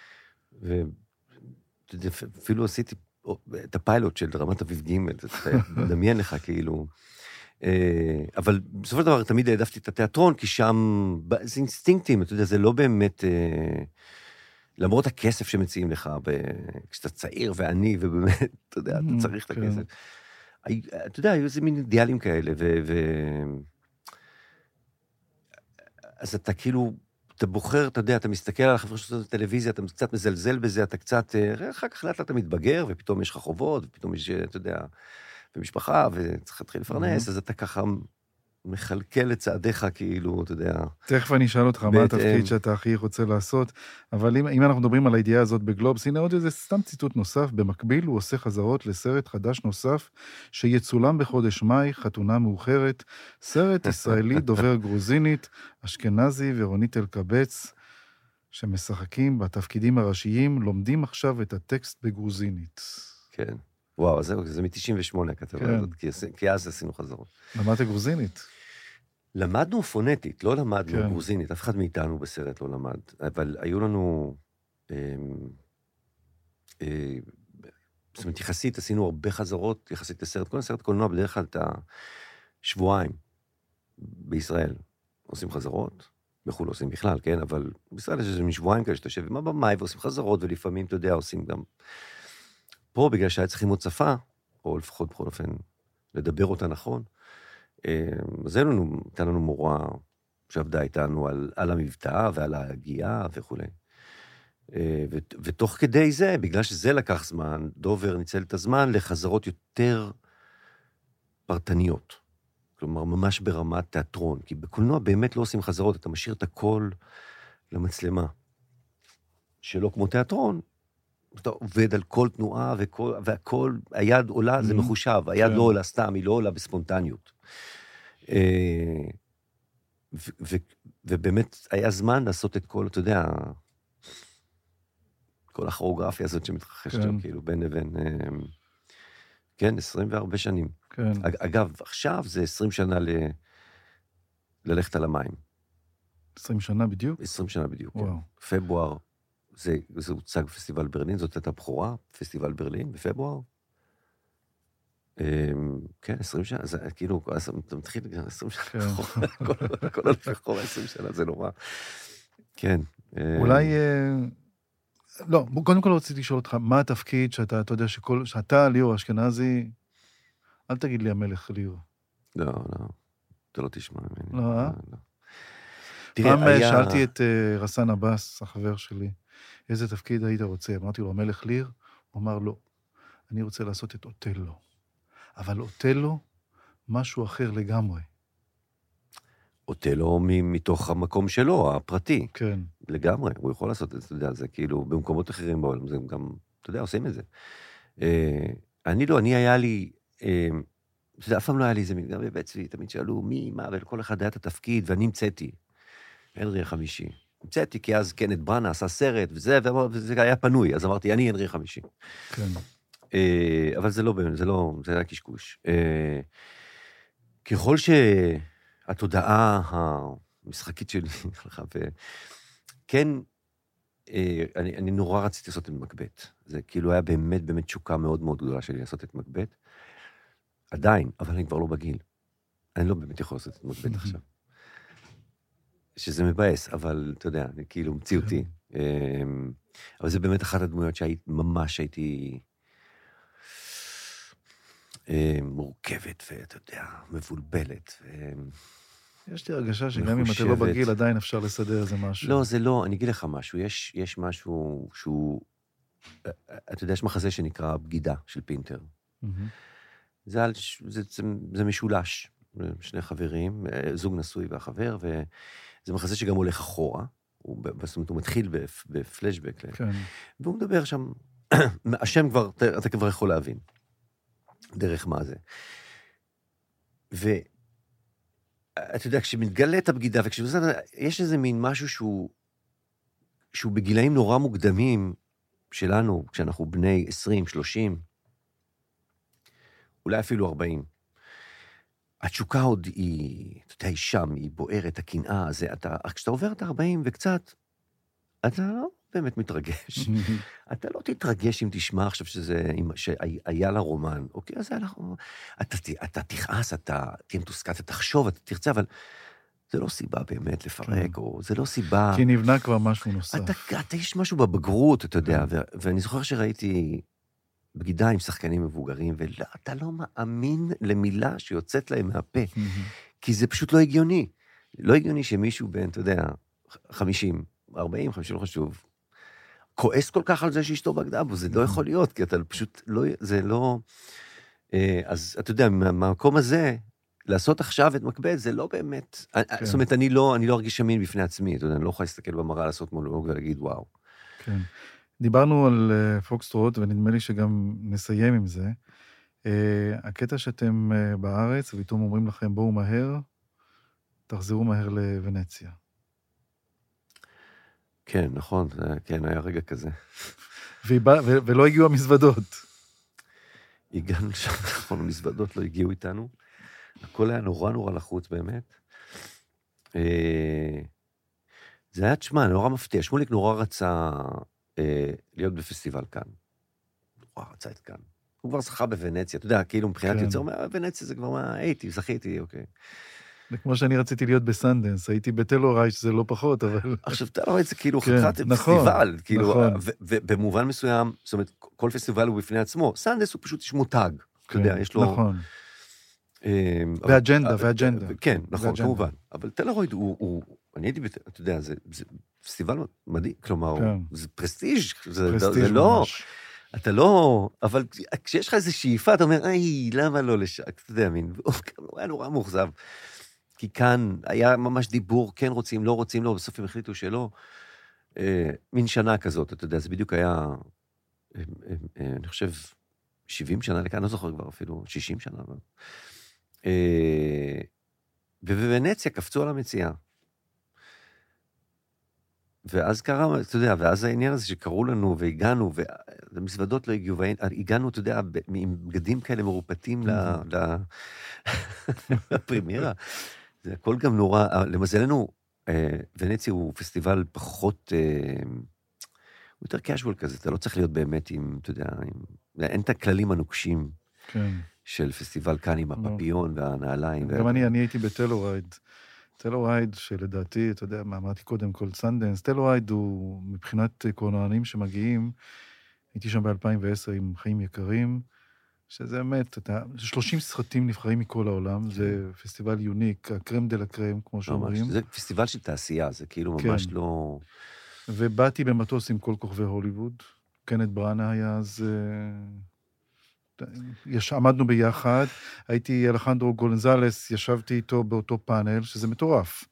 ואפילו עשיתי את הפיילוט של רמת אביב ג', דמיין לך, כאילו... אבל בסופו של דבר תמיד העדפתי את התיאטרון, כי שם זה אינסטינקטים, אתה יודע, זה לא באמת, למרות הכסף שמציעים לך, כשאתה צעיר ועני, ובאמת, אתה יודע, אתה צריך את הכסף. אתה יודע, היו איזה מין אידיאלים כאלה, אז אתה כאילו, אתה בוחר, אתה יודע, אתה מסתכל על החברה שעושה את הטלוויזיה, אתה קצת מזלזל בזה, אתה קצת, אחר כך לאט אתה מתבגר, ופתאום יש לך חובות, ופתאום יש, אתה יודע, ומשפחה, וצריך להתחיל לפרנס, אז אתה ככה מחלקל לצעדיך, כאילו, אתה יודע. תכף אני אשאל אותך מה התפקיד שאתה הכי רוצה לעשות, אבל אם אנחנו מדברים על הידיעה הזאת בגלובס, הנה עוד איזה סתם ציטוט נוסף, במקביל הוא עושה חזרות לסרט חדש נוסף, שיצולם בחודש מאי, חתונה מאוחרת, סרט ישראלי דובר גרוזינית, אשכנזי ורונית אלקבץ, שמשחקים בתפקידים הראשיים, לומדים עכשיו את הטקסט בגרוזינית. כן. וואו, זה מ-98 הכתבה הזאת, כי אז עשינו חזרות. למדת גרוזינית? למדנו פונטית, לא למדנו גרוזינית, אף אחד מאיתנו בסרט לא למד, אבל היו לנו, זאת אומרת, יחסית, עשינו הרבה חזרות, יחסית לסרט, כל הסרט קולנוע בדרך כלל את השבועיים בישראל, עושים חזרות, בחו"ל עושים בכלל, כן, אבל בישראל יש איזה משבועיים כאלה שאתה יושב עם הבמאי ועושים חזרות, ולפעמים, אתה יודע, עושים גם... פה, בגלל שהיה צריכים עוד שפה, או לפחות בכל אופן, לדבר אותה נכון, אז הייתה לנו מורה שעבדה איתנו על המבטא ועל ההגיעה וכו'. ותוך כדי זה, בגלל שזה לקח זמן, דובר ניצל את הזמן לחזרות יותר פרטניות. כלומר, ממש ברמת תיאטרון, כי בקולנוע באמת לא עושים חזרות, אתה משאיר את הכל למצלמה. שלא כמו תיאטרון, אתה עובד על כל תנועה, והכל, היד עולה, זה מחושב, היד לא עולה סתם, היא לא עולה בספונטניות. ובאמת היה זמן לעשות את כל, אתה יודע, כל הכוריאוגרפיה הזאת שמתרחשת שם, כאילו, בין לבין, כן, 24 שנים. אגב, עכשיו זה 20 שנה ללכת על המים. 20 שנה בדיוק? 20 שנה בדיוק, כן. פברואר, זה הוצג בפסטיבל ברלין, זאת הייתה בחורה, פסטיבל ברלין, בפברואר. כן, 20 שנה, זה כאילו, אתה מתחיל 20 שנה, כל הולך אחורה 20 שנה, זה נורא. כן. אולי, לא, קודם כל רציתי לשאול אותך, מה התפקיד שאתה יודע שאתה ליאור אשכנזי, אל תגיד לי המלך ליאור. לא, אתה לא תשמע ממני. לא, פעם שאלתי את רסן אבס, החבר שלי, איזה תפקיד היית רוצה? אמרתי לו, המלך ליר? הוא אמר, לא, אני רוצה לעשות את אוטלו. אבל אוטלו, משהו אחר לגמרי. אוטלו מתוך המקום שלו, הפרטי. כן. לגמרי, הוא יכול לעשות את זה, אתה יודע, זה כאילו, במקומות אחרים בעולם, זה גם, אתה יודע, עושים את זה. אני היה לי, זה אף פעם לא היה לי איזה מגדר בבית צבי, תמיד שאלו מי, מה, ולכל אחד היה את התפקיד, ואני המצאתי, הנרי החמישי. המצאתי, כי אז קנת ברנה עשה סרט, וזה היה פנוי, אז אמרתי, אני הנרי החמישי. כן. אבל זה לא, זה היה קשקוש. ככל שהתודעה המשחקית שלי, כן, אני נורא רציתי לעשות את מקבט. זה כאילו היה באמת תשוקה מאוד מאוד גדולה שלי לעשות את מקבט. עדיין, אבל אני כבר לא בגיל. אני לא באמת יכול לעשות את מקבט עכשיו. שזה מבאס, אבל אתה יודע, אני כאילו מציאותי. אבל זה באמת אחת הדמויות שממש הייתי מורכבת, ואתה יודע, מבולבלת. יש לי הרגשה שגם אם אתה לא בגיל, עדיין אפשר לסדר איזה משהו. לא, זה לא, אני אגיד לך משהו, יש משהו שהוא, אתה יודע, יש מחזה שנקרא בגידה של פינטר. זה משולש, שני חברים, זוג נשוי והחבר, וזה מחזה שגם הולך אחורה, זאת אומרת, הוא מתחיל בפלשבק, והוא מדבר שם, השם כבר, אתה כבר יכול להבין, דרך מה זה. ואתה יודע, כשמתגלה את הבגידה, יש איזה מין משהו שהוא בגילאים נורא מוקדמים שלנו, כשאנחנו בני 20, 30, אולי אפילו 40. התשוקה עוד היא, אתה יודע, היא שם, היא בוערת, הקנאה, כשאתה עובר את 40 וקצת, אתה לא באמת מתרגש. אתה לא תתרגש אם תשמע עכשיו שהיה לה רומן, אוקיי? אז אתה תכעס, אתה תהיה מתוסכל, אתה תחשוב, אתה תרצה, אבל זה לא סיבה באמת לפרק, או זה לא סיבה... כי נבנה כבר משהו נוסף. יש משהו בבגרות, אתה יודע, ואני זוכר שראיתי בגידה עם שחקנים מבוגרים, ואתה לא מאמין למילה שיוצאת להם מהפה, כי זה פשוט לא הגיוני. לא הגיוני שמישהו בין, אתה יודע, 50, 40, 50, לא חשוב, כועס כל כך על זה שאשתו בגדה בו, זה לא יכול להיות, כי אתה פשוט לא, זה לא... אז אתה יודע, מהמקום הזה, לעשות עכשיו את מקבט, זה לא באמת... זאת אומרת, אני לא ארגיש אמין בפני עצמי, אתה יודע, אני לא יכול להסתכל במראה, לעשות מונולוג ולהגיד, וואו. כן. דיברנו על פוקסטרוט, ונדמה לי שגם נסיים עם זה. הקטע שאתם בארץ, ופתאום אומרים לכם, בואו מהר, תחזרו מהר לוונציה. כן, נכון, כן, היה רגע כזה. ולא הגיעו המזוודות. הגענו שם, נכון, המזוודות לא הגיעו איתנו. הכל היה נורא נורא לחוץ באמת. זה היה, תשמע, נורא מפתיע. שמוליק נורא רצה להיות בפסטיבל כאן. נורא רצה את כאן. הוא כבר זכה בוונציה, אתה יודע, כאילו מבחינת יוצר, הוא אומר, וונציה זה כבר מה, הייתי, זכיתי, אוקיי. זה כמו שאני רציתי להיות בסנדנס, הייתי בטלוראי, שזה לא פחות, אבל... עכשיו, טלוראי זה כאילו חתיכת פסטיבל, כאילו, ובמובן מסוים, זאת אומרת, כל פסטיבל הוא בפני עצמו, סנדנס הוא פשוט יש מותג, אתה יודע, יש לו... נכון. ואג'נדה. כן, נכון, כמובן. אבל טלרויד הוא, אני הייתי, אתה יודע, זה פסטיבל מדהים, כלומר, זה פרסטיג', זה לא, אתה לא, אבל כשיש לך איזו שאיפה, אתה אומר, למה לא לשם, אתה יודע, הוא היה נורא מוחזב, כי כאן היה ממש דיבור, כן רוצים, לא רוצים, לא, בסוף הם החליטו שלא, מין שנה כזאת, אתה יודע, זה בדיוק היה, אני חושב, 70 שנה לכאן, אני לא זוכר כבר אפילו, 60 שנה, ובוונציה קפצו על המציאה. ואז קרה, אתה יודע, ואז העניין הזה שקראו לנו והגענו, והמזוודות לא הגיעו, והגענו, אתה יודע, עם בגדים כאלה מרופטים לפרימיירה. זה הכל גם נורא, למזלנו, ונציה הוא פסטיבל פחות, הוא יותר קאז'ואל כזה, אתה לא צריך להיות באמת עם, אתה יודע, אין את הכללים הנוקשים. כן. של פסטיבל כאן עם הפפיון והנעליים. גם אני הייתי בטלורייד. טלורייד שלדעתי, אתה יודע, מה אמרתי קודם כל סנדנס, טלורייד הוא מבחינת קולנוענים שמגיעים, הייתי שם ב-2010 עם חיים יקרים, שזה באמת, 30 סרטים נבחרים מכל העולם, זה פסטיבל יוניק, הקרם דה לקרם, כמו שאומרים. זה פסטיבל של תעשייה, זה כאילו ממש לא... ובאתי במטוס עם כל כוכבי הוליווד, קנט בראנה היה אז... עמדנו ביחד, הייתי אלחנדרו גונזלס, ישבתי איתו באותו פאנל, שזה מטורף.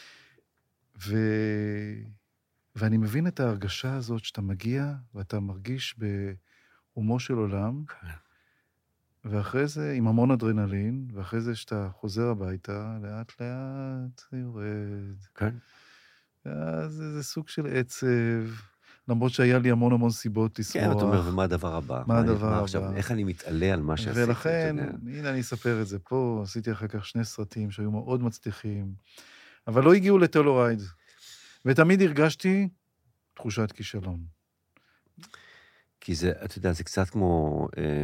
ואני מבין את ההרגשה הזאת שאתה מגיע, ואתה מרגיש באומו של עולם, ואחרי זה, עם המון אדרנלין, ואחרי זה שאתה חוזר הביתה, לאט לאט זה יורד. כן. אז זה סוג של עצב, למרות שהיה לי המון סיבות לשמוח. כן, אתה אומר, ומה הדבר הבא? מה הדבר הבא? עכשיו, איך אני מתעלה על מה שעשיתי? ולכן, הנה אני אספר את זה פה, עשיתי אחר כך 2 סרטים שהיו מאוד מצליחים, אבל לא הגיעו לטלורייד, ותמיד הרגשתי תחושת כישלון. כי זה, אתה יודע, זה קצת כמו,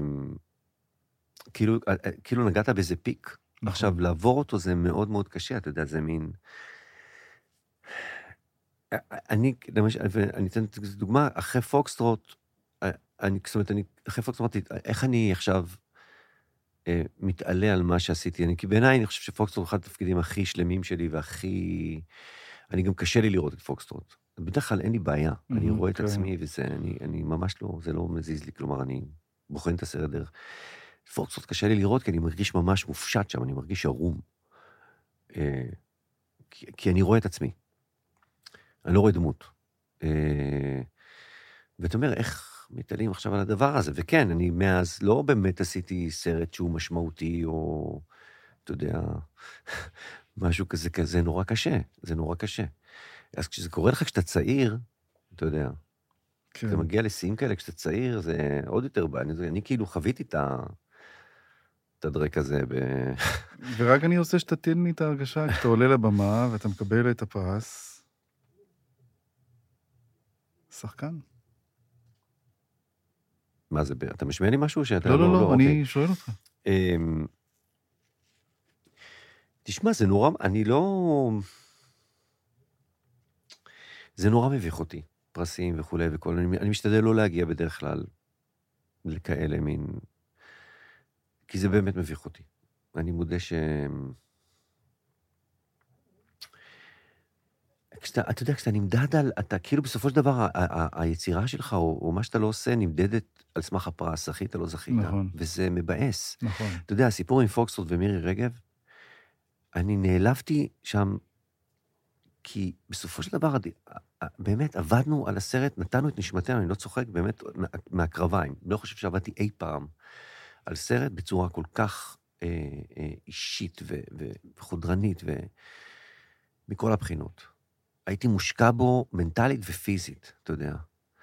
כאילו נגעת באיזה פיק. נכון. עכשיו, לעבור אותו זה מאוד מאוד קשה, אתה יודע, זה מין... אני אתן דוגמה, אחרי פוקסטרוט, אחרי פוקסטרוט, איך אני עכשיו מתעלה על מה שעשיתי? כי בעיניי אני חושב שפוקסטרוט הוא אחד התפקידים הכי שלמים שלי, והכי... אני גם קשה לי לראות את פוקסטרוט. בדרך כלל אין לי בעיה, אני רואה את עצמי, וזה, אני ממש לא, זה לא מזיז לי, כלומר, אני בוחן את הסרט דרך. פוקסטרוט קשה לי לראות, כי אני מרגיש ממש מופשט שם, אני מרגיש ערום. כי אני רואה את עצמי. אני לא רואה דמות. ואתה אומר, איך מתעלים עכשיו על הדבר הזה? וכן, אני מאז לא באמת עשיתי סרט שהוא משמעותי, או, אתה יודע, משהו כזה נורא קשה. זה נורא קשה. אז כשזה קורה לך כשאתה צעיר, אתה יודע, כן. אתה מגיע לשיאים כאלה, כשאתה צעיר, זה עוד יותר בעיה. אני כאילו חוויתי את הדרק הזה. ורק אני רוצה שתתן לי את ההרגשה, כשאתה עולה לבמה, ואתה מקבל את הפרס, שחקן. מה זה? אתה משמיע לי משהו? לא, אני שואל אותך. תשמע, זה נורא, אני לא... זה נורא מביך אותי, פרסים וכו' וכל, אני משתדל לא להגיע בדרך כלל לכאלה מין... כי זה באמת מביך אותי. אני מודה ש... אתה יודע, כשאתה נמדד על... אתה כאילו בסופו של דבר, היצירה שלך, או מה שאתה לא עושה, נמדדת על סמך הפרס, זכית, לא זכית. נכון. וזה מבאס. נכון. אתה יודע, הסיפור עם פוקסטרוט ומירי רגב, אני נעלבתי שם, כי בסופו של דבר, באמת עבדנו על הסרט, נתנו את נשמתנו, אני לא צוחק, באמת מהקרביים. לא חושב שעבדתי אי פעם על סרט בצורה כל כך אישית וחודרנית, ומכל הבחינות. הייתי מושקע בו מנטלית ופיזית, אתה יודע.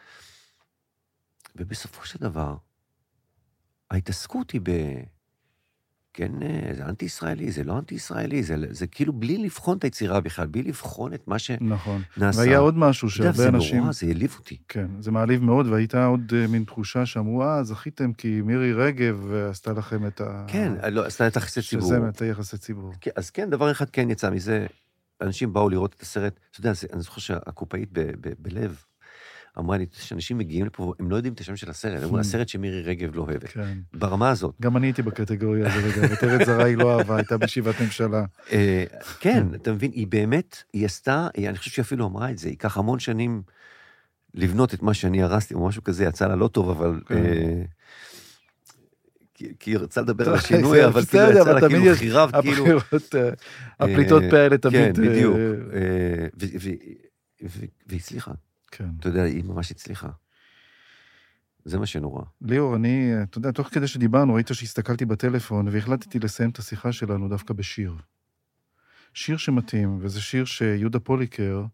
ובסופו של דבר, ההתעסקות היא כן, זה אנטי-ישראלי, זה לא אנטי-ישראלי, זה כאילו בלי לבחון את היצירה בכלל, בלי לבחון את מה שנעשה. נכון. והיה עוד משהו שהרבה אנשים... זה נורא, זה העליב אותי. כן, זה מעליב מאוד, והייתה עוד מין תחושה שאמרו, זכיתם כי מירי רגב עשתה לכם את ה... כן, לא, עשתה את יחסי ציבור. שזה את יחסי ציבור. אז כן, דבר אחד כן יצא מזה, אנשים באו לראות את הסרט, אתה יודע, אני זוכר שהקופאית בלב, אמרה לי, שאנשים מגיעים לפה, הם לא יודעים את השם של הסרט, אמרו, הסרט שמירי רגב לא אוהבת. כן. ברמה הזאת. גם אני הייתי בקטגוריה הזו, וגם את ארץ זרה היא לא אהבה, הייתה בישיבת ממשלה. כן, אתה מבין, היא באמת, היא עשתה, אני חושב שהיא אפילו אמרה את זה, היא ייקח המון שנים לבנות את מה שאני הרסתי, או משהו כזה, יצא לה לא טוב, אבל... כי היא רצה לדבר על השינוי, אבל כאילו יצא לה כאילו חירב, כאילו... הפליטות פה האלה תמיד... כן, בדיוק. והיא הצליחה. כן. אתה יודע, היא ממש הצליחה. זה מה שנורא. ליאור, אתה יודע, תוך כדי שדיברנו, ראית שהסתכלתי בטלפון, והחלטתי לסיים את השיחה שלנו דווקא בשיר. שיר שמתאים, וזה שיר שיהודה פוליקר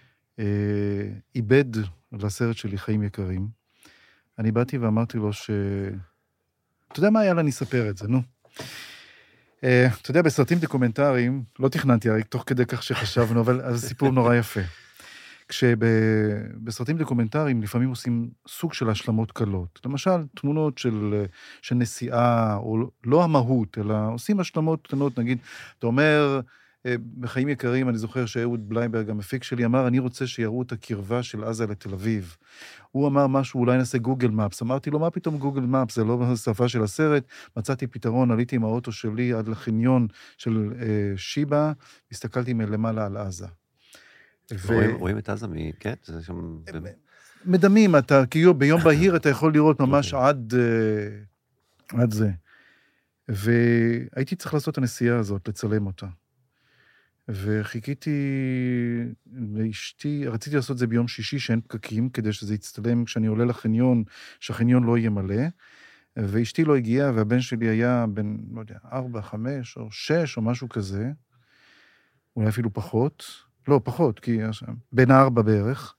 איבד לסרט שלי חיים יקרים. אני באתי ואמרתי לו אתה יודע מה היה לה, אני אספר את זה, נו. אתה יודע, בסרטים דוקומנטריים, לא תכננתי, תוך כדי כך שחשבנו, אבל זה סיפור נורא יפה. כשבסרטים דוקומנטריים לפעמים עושים סוג של השלמות קלות. למשל, תמונות של נסיעה, או לא המהות, אלא עושים השלמות קטנות, נגיד, אתה אומר, בחיים יקרים, אני זוכר שאהוד בלייברג, המפיק שלי, אמר, אני רוצה שיראו את הקרבה של עזה לתל אביב. הוא אמר משהו, אולי נעשה גוגל מפס. אמרתי לו, מה פתאום גוגל מפס? זה לא בשפה של הסרט. מצאתי פתרון, עליתי עם האוטו שלי עד לחניון של שיבה, הסתכלתי מלמעלה על עזה. רואים את עזה כן? זה שם... מדמים, אתה, כאילו ביום בהיר אתה יכול לראות ממש עד זה. והייתי צריך לעשות את הנסיעה הזאת, לצלם אותה. וחיכיתי לאשתי, רציתי לעשות את זה ביום שישי שאין פקקים, כדי שזה יצטלם כשאני עולה לחניון, שהחניון לא יהיה מלא, ואשתי לא הגיעה, והבן שלי היה בין, לא יודע, 4, 5 או 6 או משהו כזה, אולי אפילו פחות, לא, פחות, כי בין 4 בערך,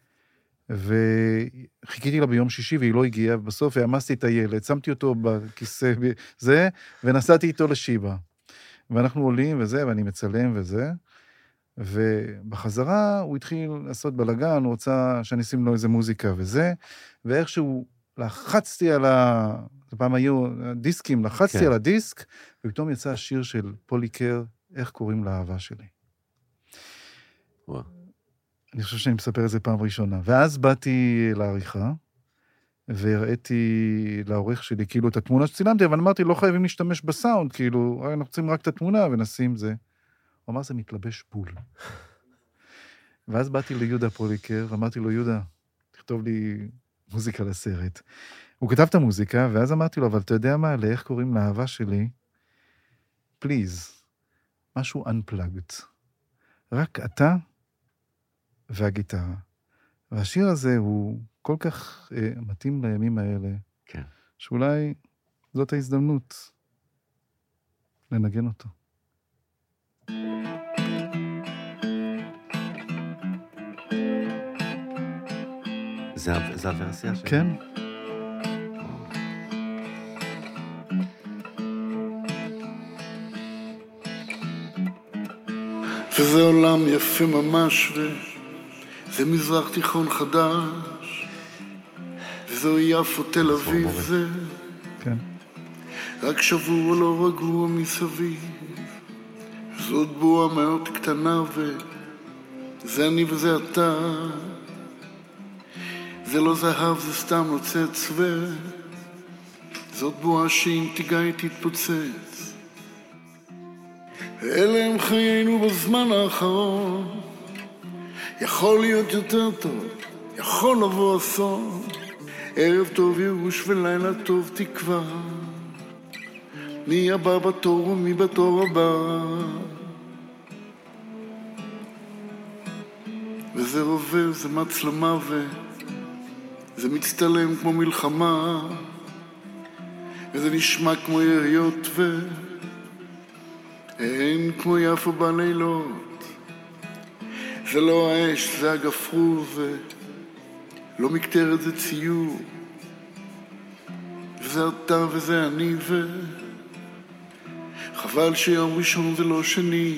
וחיכיתי לה ביום שישי והיא לא הגיעה, ובסוף העמסתי את הילד, שמתי אותו בכיסא זה, ונסעתי איתו לשיבה. ואנחנו עולים וזה, ואני מצלם וזה, ובחזרה הוא התחיל לעשות בלגן, הוא רוצה שאני אשים לו איזה מוזיקה וזה, ואיכשהו לחצתי על פעם היו דיסקים, לחצתי על הדיסק, ופתאום יצא השיר של פוליקר, איך קוראים לאהבה שלי. וואו. אני חושב שאני מספר את זה פעם ראשונה. ואז באתי לעריכה, והראיתי לעורך שלי כאילו את התמונה שצילמתי, אבל אמרתי, לא חייבים להשתמש בסאונד, כאילו, אנחנו רוצים רק את התמונה ונשים זה. הוא אמר, זה מתלבש בול. ואז באתי ליהודה פוליקר, ואמרתי לו, יהודה, תכתוב לי מוזיקה לסרט. הוא כתב את המוזיקה, ואז אמרתי לו, אבל אתה יודע מה, לאיך קוראים לאהבה שלי? פליז, משהו unplugged. רק אתה והגיטרה. והשיר הזה הוא כל כך מתאים לימים האלה, כן. שאולי זאת ההזדמנות לנגן אותו. זה הוורסיה שלי? כן. וזה עולם יפה ממש, וזה מזרח תיכון חדש, וזו יפו תל אביב, זה כן. רק שבוע לא רגוע מסביב, זאת בועה מאוד קטנה וזה אני וזה אתה. זה לא זהב, זה סתם נוצץ זאת בועה שאם תיגע היא תתפוצץ. אלה הם חיינו בזמן האחרון, יכול להיות יותר טוב, יכול לבוא אסון. ערב טוב ייאוש ולילה טוב תקווה, מי הבא בתור ומי בתור הבא. וזה רובר, זה מצלמה וזה מצטלם כמו מלחמה, וזה נשמע כמו יריות ואין כמו יפו בלילות. זה לא האש, זה הגפרור ולא מקטרת, זה ציור. וזה אתה וזה אני חבל שיום ראשון זה לא שני.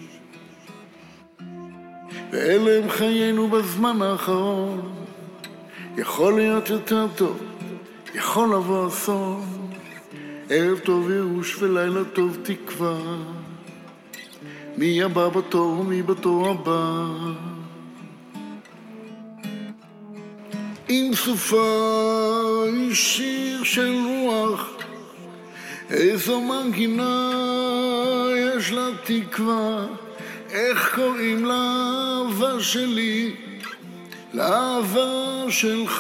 ואלה הם חיינו בזמן האחרון, יכול להיות יותר טוב, יכול לבוא אסון. ערב טוב ייאוש ולילה טוב תקווה, מי הבא בתור ומי בתור הבא. עם סופה שיר של רוח, איזו מנגינה יש לה תקווה. איך קוראים לאהבה שלי, לאהבה שלך.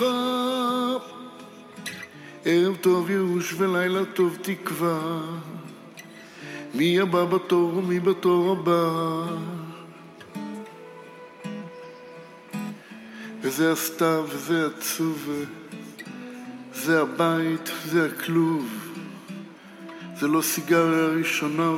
ערב טוב ייאוש ולילה טוב תקווה, מי הבא בתור ומי בתור הבא. וזה הסתיו וזה עצוב, זה הבית וזה הכלוב. זה לא סיגריה ראשונה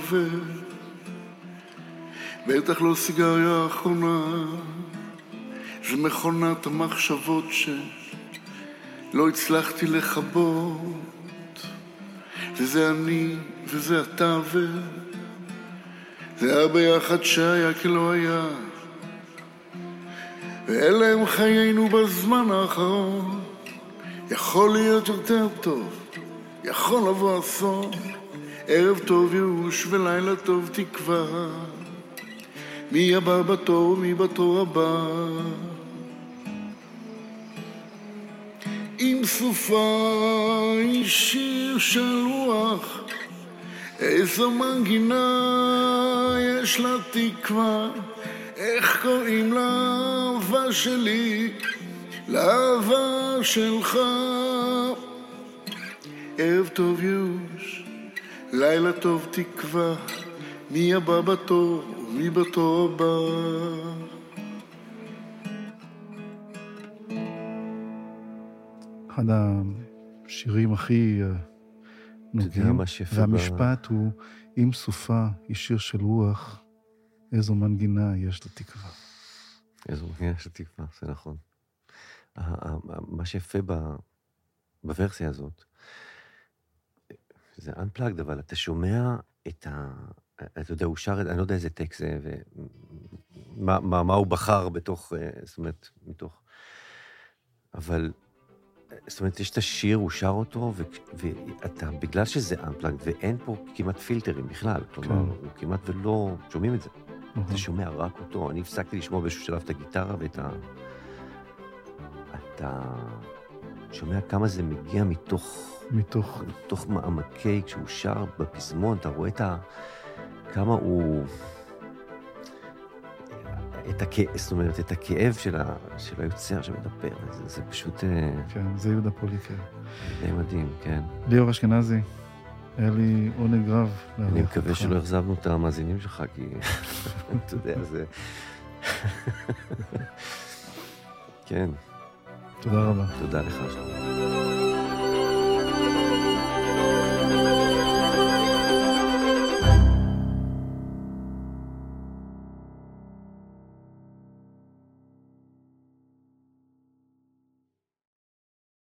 בטח לא סיגריה האחרונה. זה מכונת המחשבות שלא הצלחתי לכבות. וזה אני וזה אתה זה היה ביחד שהיה כלא היה. ואלה הם חיינו בזמן האחרון, יכול להיות יותר טוב, יכול לבוא אסון. ערב טוב ייאוש ולילה טוב תקווה, מי הבא בתור ומי בתור הבא. עם סופה שיר של רוח, איזו מנגינה יש לה תקווה. איך קוראים לאהבה שלי, לאהבה שלך. ערב טוב ייאוש, לילה טוב תקווה, מי הבא בתור ומי בתור הבא. אחד השירים הכי נוגעים, והמשפט הוא, עם סופה היא שיר של רוח, איזו מנגינה יש לתקווה. איזו מנגינה יש לתקווה, זה נכון. מה שיפה בוורסיה הזאת, זה unplugged, אבל אתה שומע את אתה יודע, הוא שר, אני לא יודע איזה טקסט זה, ומה הוא בחר בתוך, זאת אומרת, מתוך, אבל, זאת אומרת, יש את השיר, הוא שר אותו, ואתה, בגלל שזה unplugged, ואין פה כמעט פילטרים בכלל, כלומר, הוא כמעט ולא שומעים את זה. אתה שומע רק אותו. אני הפסקתי לשמוע באיזשהו שלב את הגיטרה, אתה שומע כמה זה מגיע מתוך מעמקי, כשהוא שר בפזמון, אתה רואה כמה הוא, זאת אומרת, את הכאב של היוצר שמדבר, זה פשוט... כן, זה יהודה פוליקר. די מדהים, כן. ליאור אשכנזי, היה לי עונג רב. אני מקווה שלא החזבנו את המאזינים שלך, כי אתה יודע, זה... כן. תודה רבה. תודה לך.